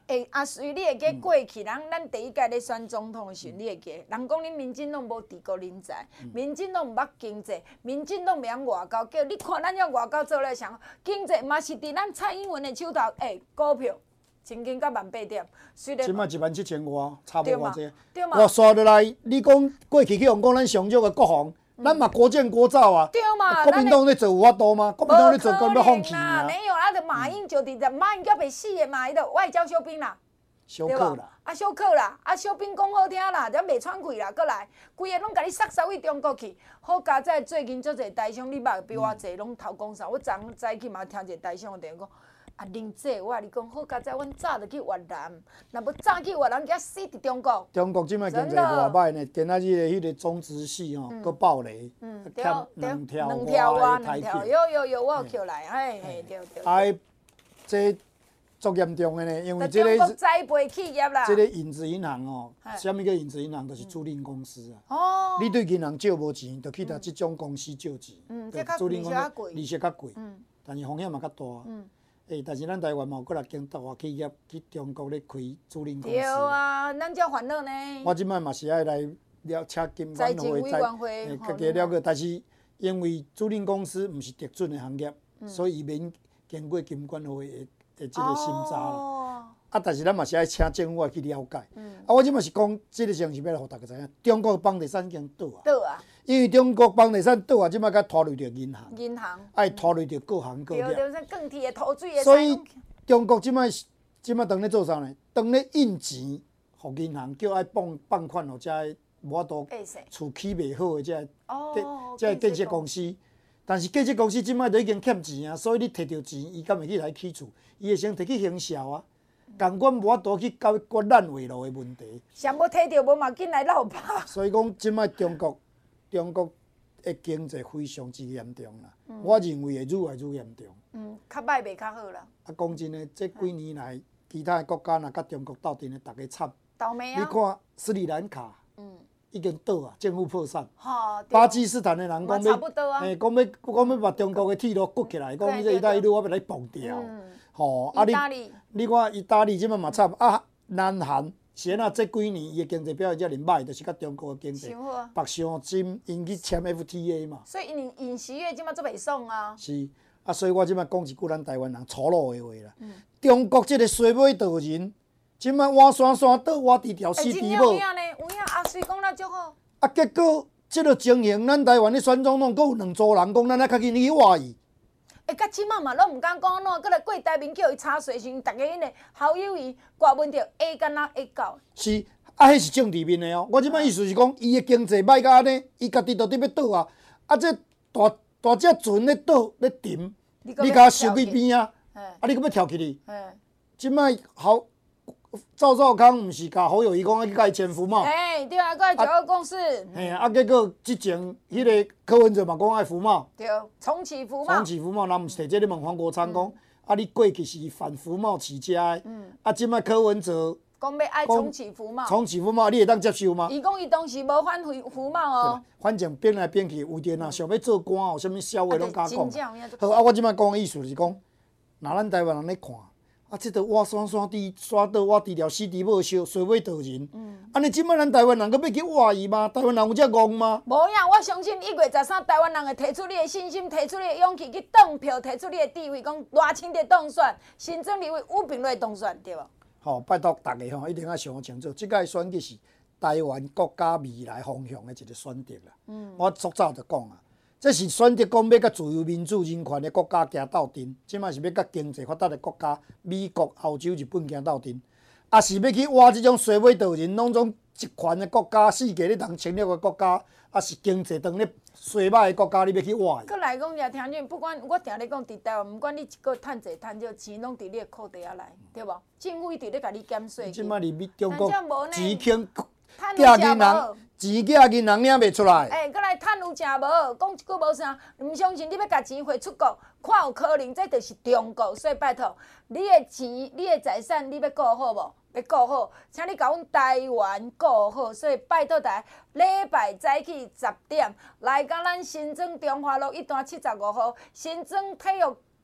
诶，阿水，你会记过去，人咱第一届咧选总统的时候，你会记，人讲恁民进党无治国人才，民进党毋捌经济，民进党袂晓外交，叫你看咱遐外交做咧啥，经济嘛是伫咱蔡英文的手头，诶，股票曾经到万八点，虽然即摆一万七千外，差无偌济。 对嘛？ 我刷落来，你讲过去去用讲咱上少个国防，咱嘛国建国造啊。 对嘛？ 国民党咧做有法度吗？国民党咧做根本放弃啊。 没有，啊，着马英九伫马英九袂死的嘛，伊着外交休兵啦。 小克啦， 啊小克啦，啊小兵讲好听啦，就袂喘气啦，过来，规个拢甲你塞塞去中国去。好佳在最近足侪台商，你捌比我侪拢头讲啥？我昨早起嘛听一个台商的电话讲，啊玲姐，我甲你讲，好佳在阮早着去越南，若要早去越南，惊死伫中国。 中国即摆经济偌歹呢，今仔日的迄个中资系吼，佫爆雷，欠两条两条啊， 两条，有有有，我有扣来，嘿嘿，对对。 哎，这足严重的呢，因为这个中国栽培企业啦， 这个影子银行哦，什么叫影子银行？就是租赁公司啊。 哦。 你对银行借无钱，就去到这种公司借钱。 嗯，这较利息较贵。 利息较贵。嗯。但是风险嘛较大。嗯。诶，但是咱台湾嘛有过来间大企业去中国咧开租赁公司。 对啊，咱才烦恼呢。 我即摆嘛是爱来了请金管会、 财委会加加了解，但是因为租赁公司毋是特准的行业，所以伊免经过金管会的的即个审查啦。啊，但是咱嘛是爱请政府来去了解。啊，我即摆是讲，即个事情是要来互大家知影，中国房地产已经倒啊。 倒啊！ 因为中国房地产倒啊，即摆甲拖累着银行。 银行。 爱拖累着各行各业。 对对，像钢铁的、土水的。 所以中国即摆即摆当咧做啥呢？当咧印钱，互银行叫爱放放款互遮无法度厝起袂好的遮遮建设公司。但是建设公司即摆都已经欠钱啊，所以你摕到钱，伊敢会去来起厝？伊会先摕去行销啊。共款无法度去解决咱围路的问题。 上要摕到无嘛，紧来闹吧。 所以讲，即摆中国中国的经济非常之严重啦。嗯、我认为会愈来愈严重。 嗯，较歹袂较好啦。 啊，讲真诶，这几年来，其他的国家若甲中国斗阵诶，逐个惨。 倒霉啊！ 你看斯里兰卡，嗯，已经倒啊，政府破产。 哈。 巴基斯坦的人讲要， 诶，讲要讲要把中国的铁路掘起来，讲这一带一路我要来崩掉。吼，啊你你看意大利即摆嘛惨啊，南韩是安那这几年伊的经济表现遮尔歹，就是甲中国的经济绑上紧，因去签 F T A 嘛。 所以因尹锡悦即摆做袂爽啊。 是啊，所以我即摆讲一句咱台湾人粗鲁的话啦。嗯、中国即个衰尾道人，即摆挖山山倒，挖地条死地无。有影呢，有影阿水讲咱足好。 啊，结果即个情形，咱台湾咧选总统，阁有两组人讲，咱爱较紧去挖伊。 诶，到即马嘛，拢毋敢讲喏，过来过台面叫伊查税时，逐个因的好友伊挂问着 A 干那 A 到。 是，啊，迄是政治面的哦。我即摆意思是讲，伊的经济歹到安尼，伊家己都伫要倒啊。啊，这大大只船咧倒咧沉，你甲收去边啊？啊，你搁要跳起哩？即摆好。赵少康毋是甲侯友宜讲要去甲伊签服贸？ 哎，对啊，搁来九二共识。 嘿啊，结果之前迄个柯文哲嘛讲爱服贸。 对，重启服贸。 重启服贸，那毋是摕这咧问黄国昌讲，啊，你过去是反服贸起家的，啊，即摆柯文哲讲要爱重启服贸。 重启服贸，你会当接受吗？ 伊讲伊当时无反服服贸哦。 反正变来变去，有电啊，想要做官哦，啥物消话拢敢讲。好啊，我即摆讲的意思是讲，若咱台湾人咧看。啊，即个挖山山地，山倒挖地条，死地要烧，衰尾道人。嗯。安尼，即摆咱台湾人阁要去挖伊吗？台湾人有遮戆吗？ 无影，我相信一月十三，台湾人会提出你的信心，提出你的勇气去当票，提出你的地位，讲偌清的当选，新增立委吴秉瑞当选，对无？ 吼、哦，拜托大家吼，一定要想清楚，即届选举是台湾国家未来方向的一个选择啦。嗯。我早早就讲啊。这是选择讲要甲自由民主人权的国家行斗阵，即卖是要甲经济发达的国家美国、欧洲、日本行斗阵，啊是要去挖即种衰尾道人，拢种集权的国家、世界咧通侵略的国家，啊是经济当咧衰歹的国家，你要去挖伊。 佮来讲，也听见，不管我定咧讲，伫台湾，毋管你一个趁济趁少，钱拢伫你的裤底仔来，对无？政府一直咧甲你减税。 即卖离中国钱轻。 趁有食无？ 钱寄银行领袂出来。 哎，搁来趁有食无？讲一句无啥，毋相信你要甲钱汇出国，看有可能，这就是中国。所以拜托，你的钱、你的财产，你要顾好无？要顾好，请你甲阮台湾顾好。所以拜托大家，礼拜早起十点来甲咱新庄中华路一段七十五号新庄体育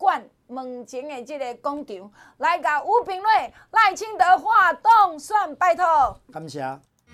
馆门前的这个广场，来甲吴评瑞、赖清德画动算，拜托。 感谢。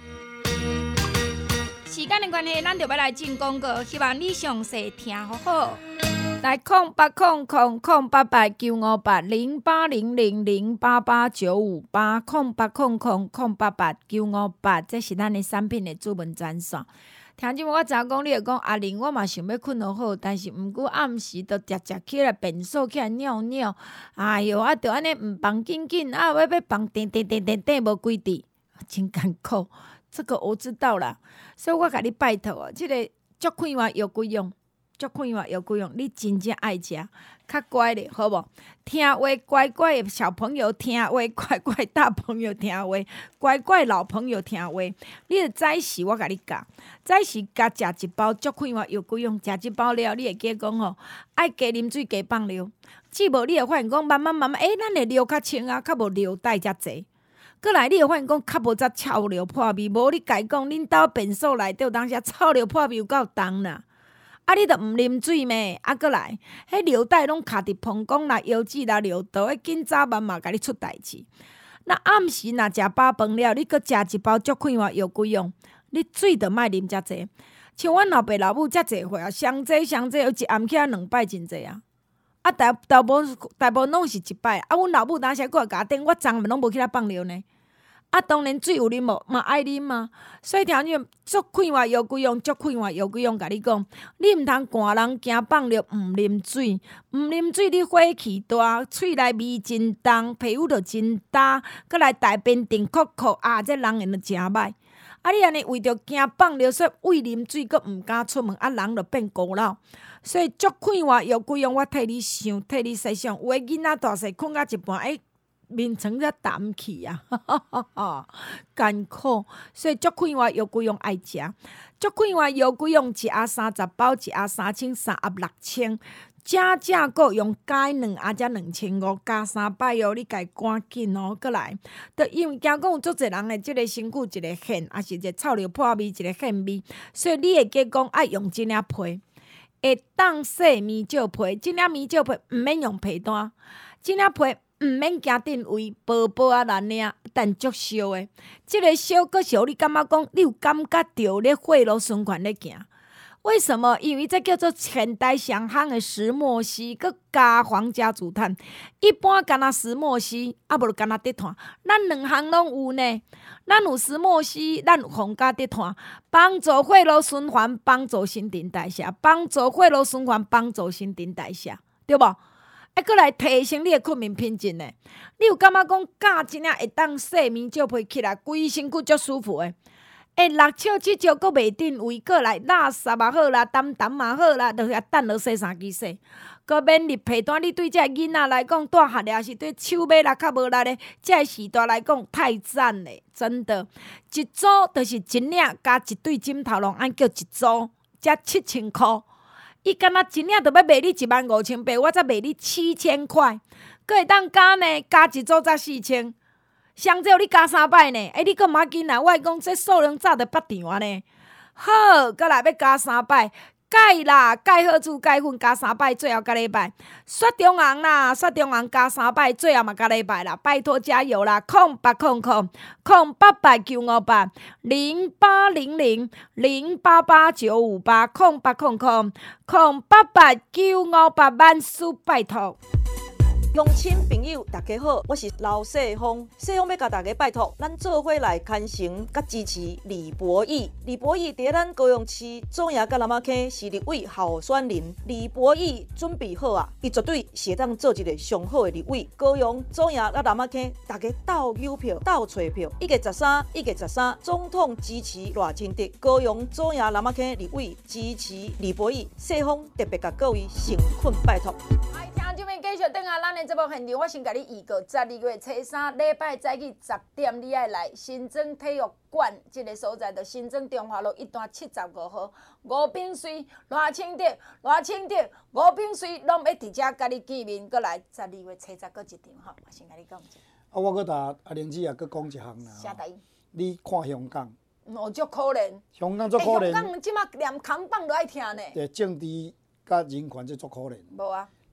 时间的关系，咱就要来进广告，希望你详细听好好。来空八空空空八八九五八零八零零零八八九五八空八空空空八八九五八，这是咱的产品的主文专线。听即幕我知影讲，你会讲阿玲，我嘛想要困落好，但是毋过暗时都直直起来便所起来尿尿，哎哟，啊，着安尼毋放紧紧，啊，要要放定定定定定无几滴，真艰苦。这个我知道啦，所以我甲你拜托哦，即、这个足快活药贵用，足快活药贵用，你真正爱食，较乖咧，好无？听话乖乖的小朋友听话，乖乖大朋友听话，乖乖老朋友听话。你的早时我甲你教，早时甲食一包足快活药贵用，食一包了，你会记讲吼，爱加啉水加放尿，只无你会发现讲慢慢慢慢，诶、欸，咱的尿较清啊，较无尿带遮济。过来，你会发现讲较无遮臭尿破味，无你家讲恁兜便所内底有当时臭尿破味有够重啦。啊，你著毋啉水咩？啊，过来，迄尿袋拢卡伫膀胱啦、腰子啦、尿道，迄紧早晚嘛，甲你出代志。那暗时若食饱饭了，你搁食一包足快活药贵用，你水著莫啉遮济。像阮老爸老母遮济岁啊，上济上济有一暗起来两摆真济啊。啊，大大部大部拢是一摆。啊，阮老母当时过来甲我顶，我昨暝拢无起来放尿呢。啊，当然水有啉无，嘛爱啉嘛。所以条件足快活药贵用，足快活药贵用，甲你讲，你毋通寒人惊放尿，毋啉水，毋啉水你火气大，喙内味真重，皮肤就真焦，搁来大便定酷酷啊，这人缘就真歹。啊，你安尼为着惊放尿，所以为啉水，佫毋敢出门，啊，人就变孤老。所以足快活药贵用，我替你想，替你设想，有诶囡仔大细困到一半，哎。面层才淡去啊，哈哈哈！艰苦，所以足快活药贵用爱食，足快活药贵用一盒三十包，一盒三千，三盒六千。正正个用加两盒才两千五，加三摆哦，你家赶紧哦，过来。都因为惊讲有足侪人诶，即个身躯一个hen，也是一个臭尿破味，一个hen味，所以你会记讲爱用即领皮，会当洗面罩皮，即领面罩皮毋免用皮单，即领皮。毋免惊定位，薄薄啊烂领，但足烧诶。即、这个烧阁烧，你感觉讲，你有感觉到咧血路循环咧行？为什么？因为这叫做现代上夯诶石墨烯，佮加黄加竹炭。一般干那石墨烯，啊无就干那滴炭。咱两项拢有呢。咱有石墨烯，咱有黄加滴炭，帮助血路循环，帮助新陈代谢，帮助血路循环，帮助新陈代谢，对无？啊，搁来提升你的睡眠品质呢？你有感觉讲教真正会当洗面照皮起来，规身躯足舒服的？会六笑七笑，搁袂定位，搁来垃圾也好啦，澹澹也好啦，著遐等落洗衫机洗，搁免入被单。你对这囡仔来讲，带学了是对手尾力较无力的，这时代来讲太赞嘞，真的。一组就是一领加一对枕头笼，按叫一组，才七千箍。伊敢若一领著要卖你一万五千八，我才卖你七千块，佫会当加呢，加一组才四千，上少你加三摆呢，哎，你佫毋要紧啦，我会讲这数量早著八场啊呢。好，佫来要加三摆，钙啦，钙好处钙粉加三摆，最后加礼拜。雪中红啦，雪中红加三摆，最后嘛加礼拜啦，拜托加油啦！空八空空空八八九五八零八零零零八八九五八空八空空空八八九五八，万事拜托。 乡亲朋友，大家好，我是老世峰。世峰要甲大家拜托，咱做伙来牵成甲支持李博义。李博义伫咱高雄市中亚甲南马坑是立委候选人。李博义准备好啊，伊绝对是会当做一个上好的立委。高雄、中亚甲南马坑，大家斗邮票、斗找票。一月十三，一月十三，总统支持赖清德。高雄、中亚南马坑立委支持李博义。世峰特别甲各位诚恳拜托。 这边继续等下咱的节目现场，我先甲你预告，十二月初三礼拜早起十点，你爱来新庄体育馆这个所在，就新庄中华路一段七十五号，吴炳瑞、赖清德、赖清德、吴炳瑞拢要伫遮甲你见面，过来十二月初十搁一场吼，我先甲你讲者。 啊，我搁搭阿玲姐也搁讲一项啦。 啥代？ 你看香港？ 哦，足可怜。 香港足可怜。 香港即马连扛棒都爱听呢。 对，政治甲人权这足可怜。 无啊。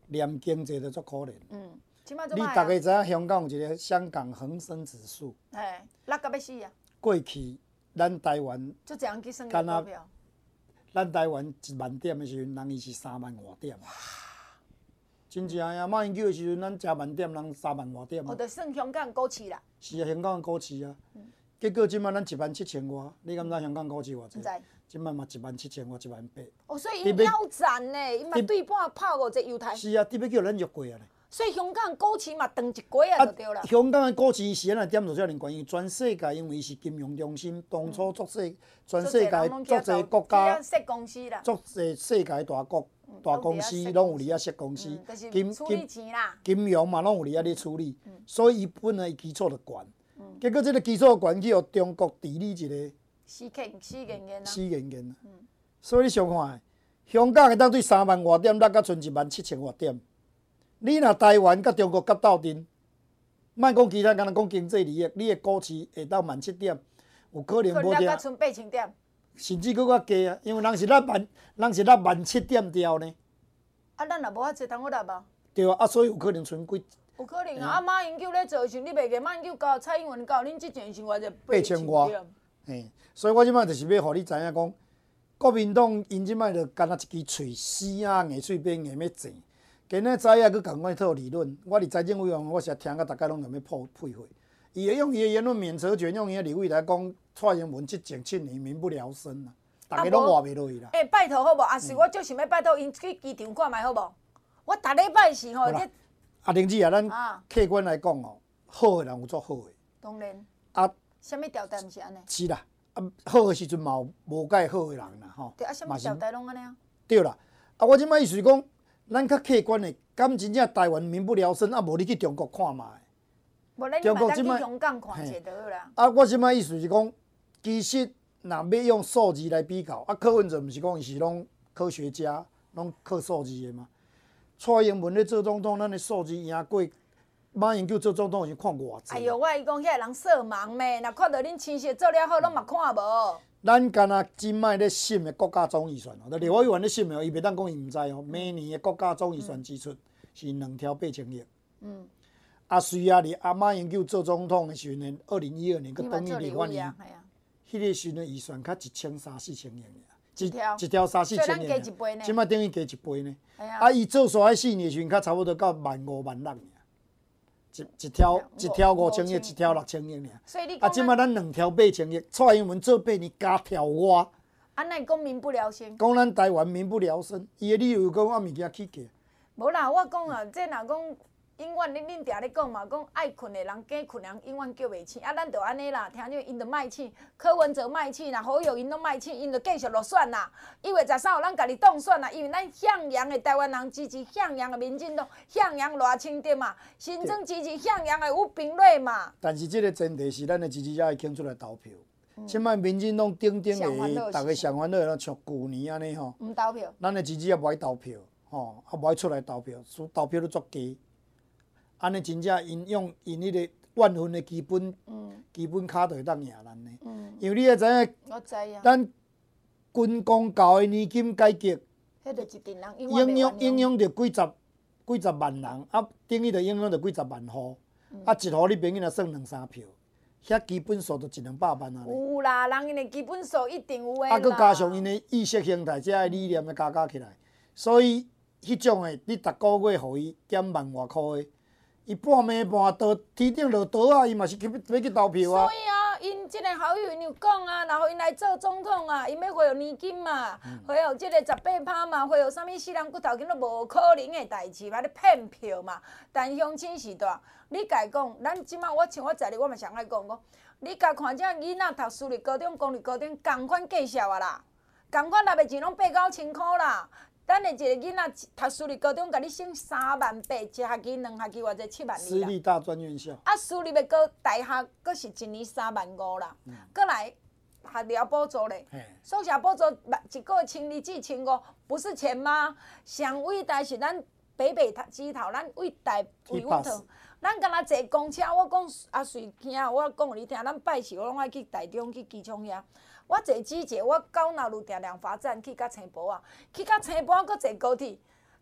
连经济都足可怜。 嗯，即摆做你歹啊。 大家知影香港有一个香港恒生指数， 嘿，落到要死啊！ 过去咱台湾， 就这样去算个敢若股票。 咱台湾一万点的时阵，人伊是三万外点。真正呀，马英九的时阵，咱食万点，人三万外点我啊。 就算香港股市啦， 是啊，香港的股市啊。结果即摆咱一万七千外，你敢知香港股市偌济？ 唔知。 即摆嘛一万七千外，一万八。 哦，所以你要伊腰斩呢，伊嘛对半拍五只犹太， 是啊，你要叫咱入过啊咧。 所以香港股市嘛长一轨啊，就对啦。 香港的股市是安尼点就遮尔悬，因为全世界因为是金融中心，当初足世全世界足侪国家、 设公司啦， 足侪世界大国、大公司拢有伫遐设公司， 金处理钱啦， 金融嘛拢有伫遐咧处理，所以伊本来基础就悬。结果这个基础悬去互中国治理一个死欠死严严啊。 死严严啊。所以你想看，香港会当对三万外点，落甲剩一万七千外点。你若台湾甲中国夹斗阵，莫讲其他，敢若讲经济利益，你的股市会到万七点，有可能无听， 可能剩八千点。 甚至佫较低啊，因为人是落万，人是落万七点掉呢。 啊，咱若无法做通我入啊。 对啊，啊，所以有可能剩几有可能啊！啊，马英九咧做的时候，你袂记马英九交蔡英文交，恁之前是偌者八千外点。 嘿，所以我即摆就是要互你知影讲，国民党因即摆就干那一支喙死啊，硬喙边硬要整。今仔早仔佫共我一套理论，我伫财政委员会，我是听到大家拢用要破配合。伊会用伊的言论免责权，用伊的立委来讲，蔡英文即前七年民不聊生啊，大家拢活袂落去啦。 哎、欸，拜托好无？啊，是我就想要拜托因去机场看卖好无？我逐礼拜是吼，这啊，玲子啊，咱啊客观来讲哦，好的人有足好的。 当然。 啊， 什么条件是安尼？ 是啦，啊，好的时阵嘛有无介好的人啦，吼。 对啊，什么条件拢安尼啊？ 对啦，啊，我即摆意思是讲，咱较客观的，敢真正台湾民不聊生，啊，无你去中国看卖。 无咱嘛当去香港看者就好啦。 啊，我即摆意思是讲，其实若要用数字来比较，啊，柯文哲毋是讲伊是拢科学家，拢靠数字的嘛。蔡英文咧做总统，咱的数字赢过马英九做总统是看偌济。 哎呦，我伊讲遐人色盲咩？若看到恁青色做了好，拢嘛看无。 咱敢若即摆咧审的国家总预算哦，立法委员咧审的哦，伊袂当讲伊毋知哦。每年的国家总预算支出是两条八千亿。嗯。啊，随啊，伫阿马英九做总统的时阵呢，二零一二年佮等于立法年，迄个时阵预算较一千三四千亿尔。 一条一条三四千亿， 即摆等于加一倍呢。啊，伊做煞迄四年时阵，较差不多到万五万六尔，一一条一条五千亿，一条六千亿尔。 所以你啊，即摆咱两条八千亿，蔡英文做八年加条外。 安尼讲民不聊生。 讲咱台湾民不聊生，伊的理由讲啊物件起价。 无啦，我讲啊，这若讲。永远恁恁定咧讲嘛，讲爱困的人假困人永远叫袂醒。啊，咱就安尼啦，听着因就卖醒，柯文哲卖醒啦，侯友宜拢卖醒，因就继续落选啦。一月十三号咱家己当选啦，因为咱向阳的台湾人支持向阳的民进党，向阳赖清德嘛，新增支持向阳的吴秉叡嘛。 但是这个前提是咱的支持者会肯出来投票。即摆、嗯、民进党顶顶的，大家上烦恼的，像去年安尼吼， 唔投票， 咱的支持者无爱投票，吼，啊无爱出来投票，所投票都足低。安尼真正因用因迄个万分的基本、嗯、基本卡就会当赢咱呢。嗯、因为你也知影， 我知啊。 咱军公教的年金改革， 迄就一群人影响影响着几十几十万人，啊，等于着影响着几十万户，嗯、啊，一户你朋友若算两三票，遐基本数就一两百万啊。 有啦，人因的基本数一定有诶啦。啊，佮加上因的意识形态，遮个理念的加加起来，所以迄种的，你逐个月互伊减万外箍的。伊半暝半倒天顶落倒啊，伊嘛是去要去投票啊。 所以啊，因即个好友因有讲啊，然后因来做总统啊，因要回有年金嘛，回有即个十八趴嘛，回有啥物四人骨头筋都无可能的代志嘛，咧骗票嘛。但乡亲时代，你家讲，咱即摆我像我在哩，我嘛上爱讲讲，你家看遮囡仔读私立高中、公立高中，共款计数啊啦，共款纳的钱拢八九千箍啦。咱的一个囡仔读私立高中，甲你省三万八，一学期、两学期偌济七万二啦。 私立大专院校。 啊，私立的高大学，阁是一年三万五啦。阁、嗯、来学寮补助咧，宿舍补助一个月千二至千五，不是钱吗？上伟大是咱北北基头，咱伟大为阮头。咱敢若坐公车，我讲阿瑞兄，我讲互你听，咱拜四我拢爱去台中去机场遐。我坐机捷，我到那路定量发站去到青埔啊，去到青埔搁坐高铁，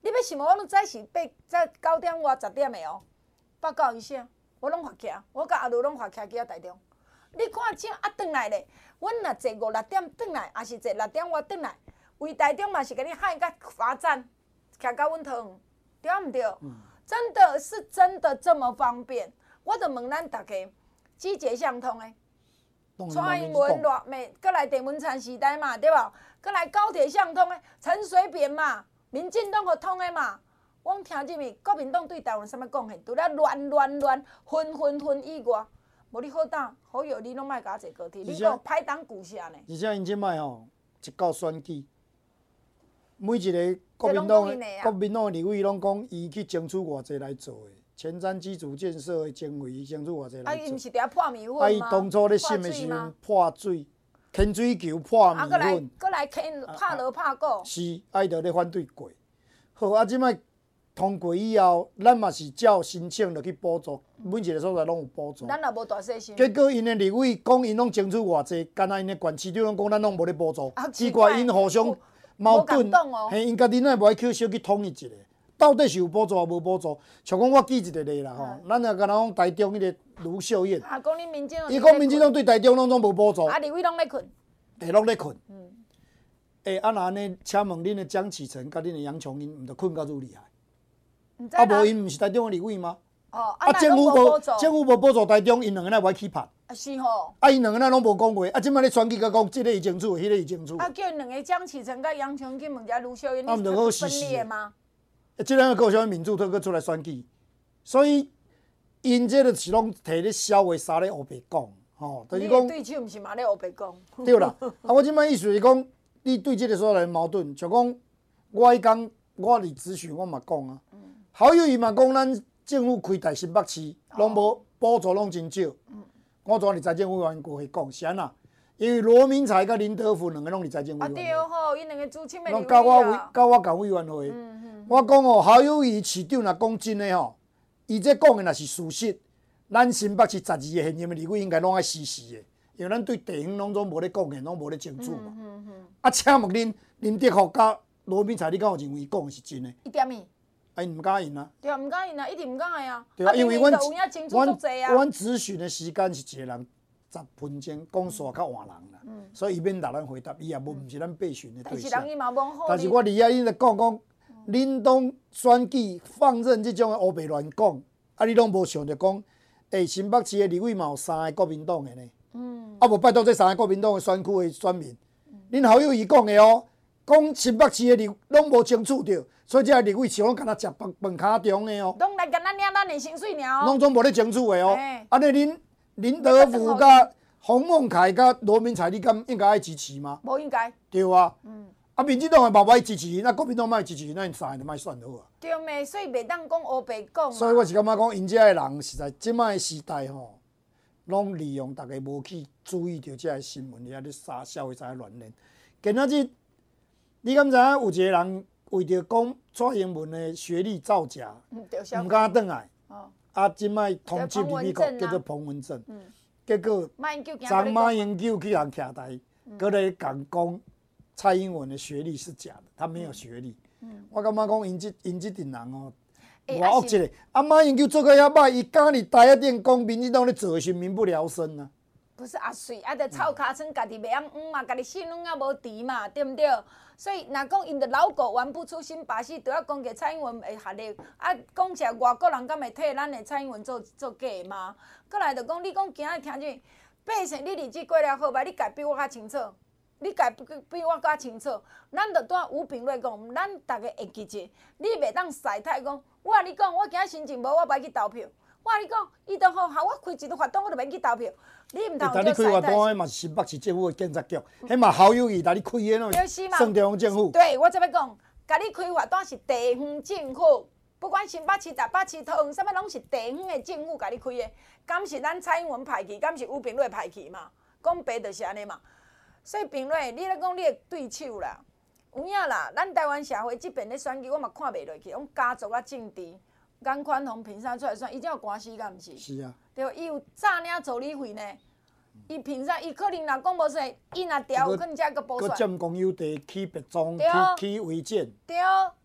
你要想我拢早是八早九点外十点的哦，报告一下，我拢发徛，我甲阿鲁拢发徛去啊台中。你看怎啊转来咧？阮若坐五六点转来，也是坐六点外转来，为台中嘛是甲你喊甲罚站，徛到阮桃园，对毋对？嗯、真的是真的这么方便？我就问咱大家，季节相通诶。蔡英文热美，搁来电文餐时代嘛，对无？搁来高铁相通诶，陈水扁嘛，民进党互通诶嘛。我听入去，国民党对台湾啥物贡献？除了乱乱乱、分分分以外，无你好打，好友你拢莫甲我坐高铁，你讲歹当故下呢？ 而且因即摆吼，一到选举，每一个国民党的国民党的立委拢讲，伊去争取偌济来做诶。前瞻基础建设的经费，伊争取偌济来做。 啊，伊毋是伫遐破米粉吗？ 啊，伊当初咧审的时阵破水，牵水球破米粉。 啊，搁来搁来牵拍锣拍鼓。 是，啊，伊就咧反对过。好，啊，即摆通过以后，咱嘛是照申请落去补助，每一个所在拢有补助。 咱也无大细心。 结果因的立委讲，因拢争取偌济，敢若因的县市长拢讲，咱拢无咧补助。奇怪，因互相矛盾，嘿，因家己哪会无去小去统一一下？到底是有补助无补助？像讲我举一个例啦吼，咱也敢若讲台中迄个卢秀燕， 啊，讲你民进党， 伊讲民进党对台中拢总无补助， 啊，立委拢咧困， 诶，拢咧困。嗯。诶，啊，那安尼，请问恁的江启臣甲恁的杨琼英，毋着困到愈厉害？啊，无因毋是台中的立委吗？ 哦， 啊，政府无政府无补助台中，因两个人无去拍。 啊，是吼。 啊，因两个人拢无讲话，啊，即摆咧选举甲讲，即个伊争取，迄个伊争取。 啊，叫因两个江启臣甲杨琼英问者卢秀燕， 啊，毋着好分裂吗？ 即两个有啥民主特去出来选举，所以因这个是拢摕咧消话沙咧黑白讲，吼，就是讲对手毋是嘛咧黑白讲。 对啦，啊，我即摆意思是讲，你对这个所在矛盾，像讲我迄讲我伫咨询，我嘛讲啊，好友伊嘛讲咱政府开台新北市，拢无补助，拢真少。我昨日财政委员过去讲，是安那？因为罗明才甲林德福两个拢伫财政委员会。啊对吼，因两个主请的拢交我交我共委员会。嗯嗯、我讲哦，好友谊市长若讲真诶吼，伊这讲诶若是事实，咱新北市十二个现任的立委应该拢爱死死诶，因为咱对地方拢总无咧贡献，拢无咧争取嘛。嗯嗯嗯、啊，请问恁林德福甲罗明才，你敢有认为伊讲诶是真诶？ 一点咪。 啊，伊毋敢应啊。 对啊，毋敢应啊，一定毋敢个啊。 对啊，因为阮阮阮咨询的时间是一个人。十分钟讲煞较换人啦，嗯、所以伊免答咱回答，伊也无毋是咱备询的对象。 但是人伊嘛无好。 但是我伫遐，伊就讲讲，恁当选举放任即种的黑白乱讲，啊，你拢无想着讲，诶，新北市的立委嘛有三个国民党的呢，嗯、啊无拜托这三个国民党的选区的选民，恁、嗯、好友伊讲的哦，讲新北市的立拢无争取着，所以这立委是拢敢若食饭饭卡中的哦。 拢来敢若领咱的薪水尔。 拢总无咧争取的哦，安尼恁。林德福、甲洪孟凯、甲罗明才，你敢应该爱支持吗？ 无应该。 对啊。嗯。啊，民进党的嘛爱支持，那国民党莫支持，那因三个就莫选好啊。 对咩？所以袂当讲黑白讲。 所以我是感觉讲，因遮个人实在，即摆时代吼，拢利用大家无去注意到遮个新闻，遐咧撒社会在乱练。今仔日，你敢知影有一个人为着讲蔡英文的学历造假，毋敢转来。哦。啊！即摆通缉入美国，叫做彭文正。嗯、结果，张马英九去人徛台，搁咧讲讲蔡英文的学历是假的，他没有学历。嗯、我感觉讲因即因即阵人哦，偌恶一个。啊，马英九做个遐歹，伊敢伫台下顶讲民进党咧做是民不聊生啊。 不是啊，水啊，着臭尻川，家己袂晓黄嘛，家己心拢啊无治嘛，对毋对？所以，若讲因着老狗玩不出新把戏，就要讲给蔡英文会学历。啊，讲起来外国人敢会替咱的蔡英文做做假吗？过来就讲，你讲今仔听见百姓，你日子过了好歹，你家比我较清楚，你家比我较清楚。咱着带吴秉瑞讲，咱大家会记者，你袂当晒太讲。我甲你讲，我今仔心情无，我袂去投票。我甲你讲，伊都好，互我开一个活动，我就免去投票。你毋通叫晒太。但你开活动， 迄嘛是新北市政府的建设局，迄嘛好友谊，但你开的喏，算地方政府。 对，我才要讲，甲你开活动是地方政府，不管新北市、台北市、桃园，啥物拢是地方的政府甲你开的。敢是咱蔡英文派去，敢是吴秉瑞派去嘛？讲白就是安尼嘛。所以秉瑞，你咧讲你的对手啦，有影啦。咱台湾社会即边咧选举，我嘛看袂落去，讲家族啊政治。颜宽宏评选出来选，伊才有官司，敢毋是？ 是啊。 对，伊有诈领助理费呢。伊评选，伊可能若讲无说，伊若调，有可能才个补选。 佮占公有地，起别庄，起起违建。 对，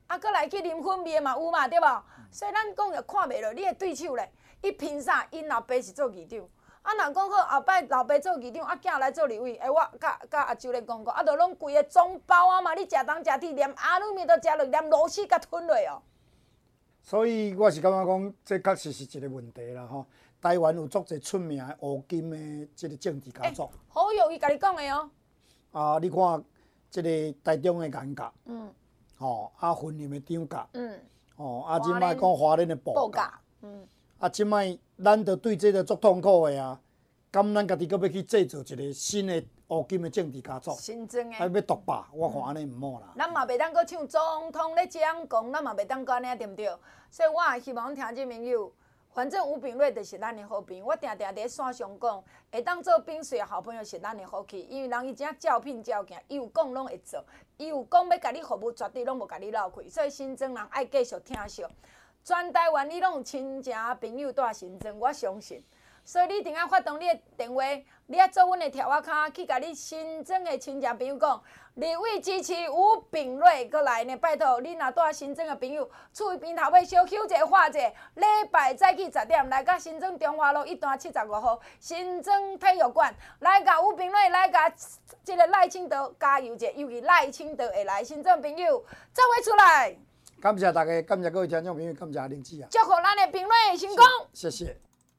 啊，搁来去啉粉面嘛有嘛，对无？所以咱讲着看袂落你的对手咧，伊凭啥？因老爸是做议长。啊，若讲好后摆老爸做议长，啊囝来做立委，诶，我甲甲阿周咧讲过，啊，着拢规个总包啊嘛，你食东食铁，连阿鲁面都食落，连螺丝甲吞落哦。 所以我是感觉讲，这确实是一个问题啦吼。台湾有足侪出名的乌金的即个政治家族。欸、 好有伊家己讲的哦。 啊，你看即个台中的颜甲， 嗯， 吼、哦，啊，云林的张甲， 嗯， 吼、哦，啊，即摆讲华联的报价，嗯， 啊，即摆咱着对这个足痛苦的啊，敢咱家己搁要去制造一个新的乌金的政治家族， 新增的， 还要独霸，我看安尼毋好啦。 咱嘛袂当搁唱总统咧讲讲，咱嘛袂当搁安尼对毋对？所以我也希望听众朋友。反正吴秉睿就是咱的好朋友，我定定伫线上讲，会当做秉穗的好朋友是咱的福气，因为人伊真照品照镜，伊有讲拢会做，伊有讲要甲你服务，绝对拢无甲你闹开，所以新庄人爱继续听惜。全台湾你拢有亲情朋友住新庄，我相信。所以你一定要发动你的电话，你要做阮的条仔卡去甲你新庄的亲戚朋友讲，立委支持吴秉睿过来呢，拜托你若住新庄的朋友，厝边头尾小休者画者，礼拜早起十点来甲新庄中华路一段七十五号新庄体育馆来甲吴秉睿来甲即个赖清德加油者，尤其赖清德会来新庄朋友走位出来。 感谢大家，感谢各位听众朋友，感谢林子啊！ 祝福咱的秉睿成功。 谢谢。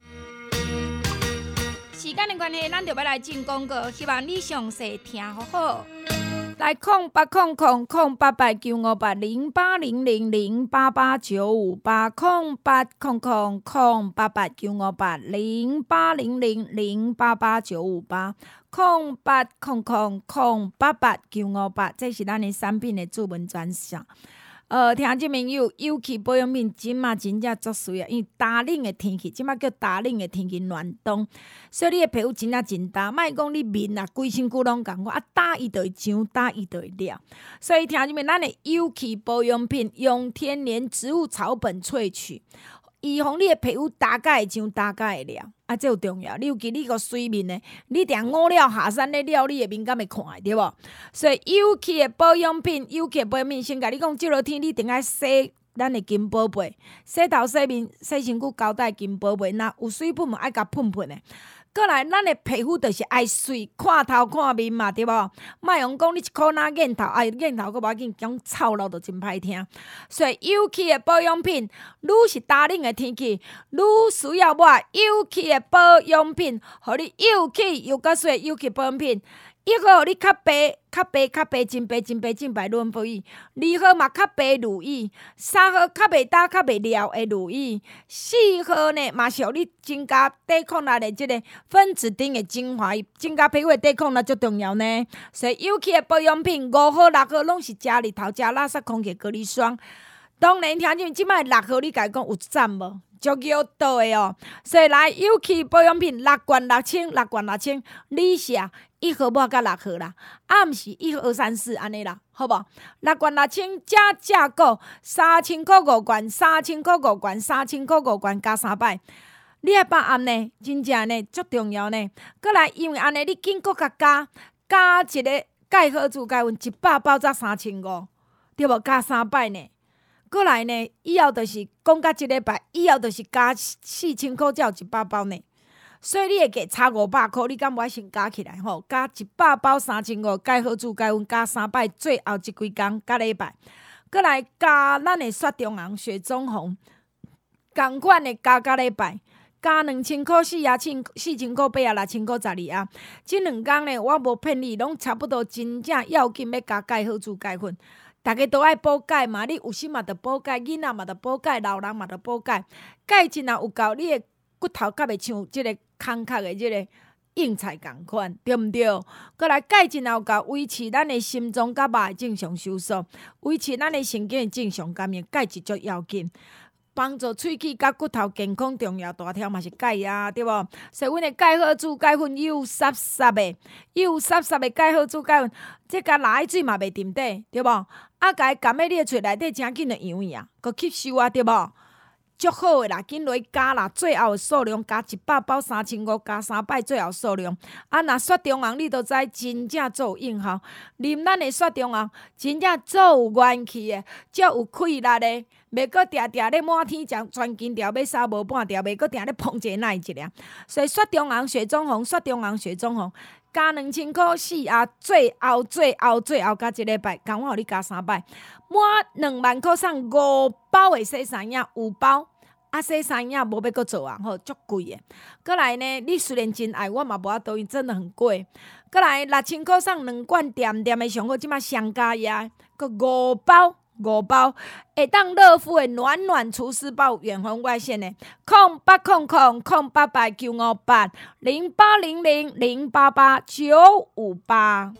时间的关系，咱就要来进广告，希望你详细听好好。来空八空空空八八九五八零八零零零八八九五八空八空空空八八九五八零八零零零八八九五八空八空空空八八九五八，这是咱的产品的主文专线。呃，听众朋友，尤其保养品即马真正足需要，因为打冷的天气，即马叫打冷的天气暖冬，所以你的皮肤真正真干，莫讲你面啊，规身躯拢共款，啊打伊就会痒，打伊就会了。所以听众们，咱的尤其保养品用天然植物草本萃取，预防你的皮肤打甲会痒，打甲会了。啊，这有重要。你尤其你个水面呢，你定五了下山咧了，你会敏感会看的，对无？所以尤其的保养品，尤其的保养品，先甲你讲，即落天你定爱洗咱的金宝贝，洗头、洗面、洗身躯，交代金宝贝。若有水分嘛，爱甲喷喷的。过来，咱的皮肤就是爱水，看头看面嘛，对无？莫用讲你一箍若眼头，哎，眼头佫无要紧，讲臭落就真歹听。所以尤其的保养品，愈是打冷的天气，愈需要买尤其的保养品，互你又气又够水。尤其保养品，一号你较白、较白、较白，真白、真白、真白润肤液；二号嘛较白乳液；三号较袂干、较袂了的乳液；四号呢嘛是互你增加抵抗力的即个分子顶的精华液，增加皮肤的抵抗力足重要呢。所以尤其的保养品，五号、六号拢是加日头、加垃圾空气隔离霜。当然，听见即摆六号，你家讲有赞无？足够倒的哦。所以来尤其保养品，六罐六千，六罐六千，你是啊一号抹甲六号啦，啊毋是一号二三四安尼啦，好无？六罐六千加价购三千块五罐，三千块五罐，三千块五罐加三摆。你爱办案呢，真正呢足重要呢。过来，因为安尼你紧搁甲加加一个钙好珠钙粉，一百包才三千五，对无？加三摆呢。过来呢，以后就是讲到即礼拜，以后就是加四千块才有一百包呢。所以你会加差五百块，你敢无爱先加起来吼？加一百包三千五，钙好珠钙粉加三摆，最后即几工加礼拜。过来加咱的雪中红、雪中红，同款的加加礼拜。加两千块四啊千四千块八啊六千块十二啊，即两工呢，我无骗你，拢差不多真正要紧要加钙好珠钙粉。大家都爱补钙嘛，你有心嘛着补钙，囡仔嘛着补钙，老人嘛着补钙。钙真若有够，你的骨头甲袂像即个空壳的即个硬菜共款，对毋对？过来钙真若有够，维持咱的心脏甲肉的正常收缩，维持咱的神经的正常感应，钙是足要紧。帮助喙齿甲骨头健康重要大条嘛是钙啊，对无？所以阮的钙好珠钙粉幼湿湿的，幼湿湿的钙好珠钙粉，这甲拿水嘛袂沉底，对无？啊，甲伊含在你的喙内底，真紧就痒去啊，佮吸收啊，对无？ 足好诶啦，紧落加啦，最后诶数量加一百包三千五，加三百最后数量。啊，若雪中红，你都知真正做有用效。啉咱诶雪中红，真正做有元气诶，足有气力诶，袂阁定定咧满天将全斤条要杀无半条，袂阁定咧碰一个奶一粒。所以雪中红、雪中红、雪中红、雪中红，加两千块四啊，最后最后最后加一礼拜，共我互你加三百，满两万块送五包诶洗衫影，有包。啊，洗衫影无要阁做啊，吼，足贵诶。过来呢，你虽然真爱，我嘛无法度，因真的很贵。过来六千块送两罐甜甜诶上好，即马上加压，阁五包五包，会当乐芙诶暖暖厨师包远红外线诶，空八空空空八八九五八零八零零零八八九五八。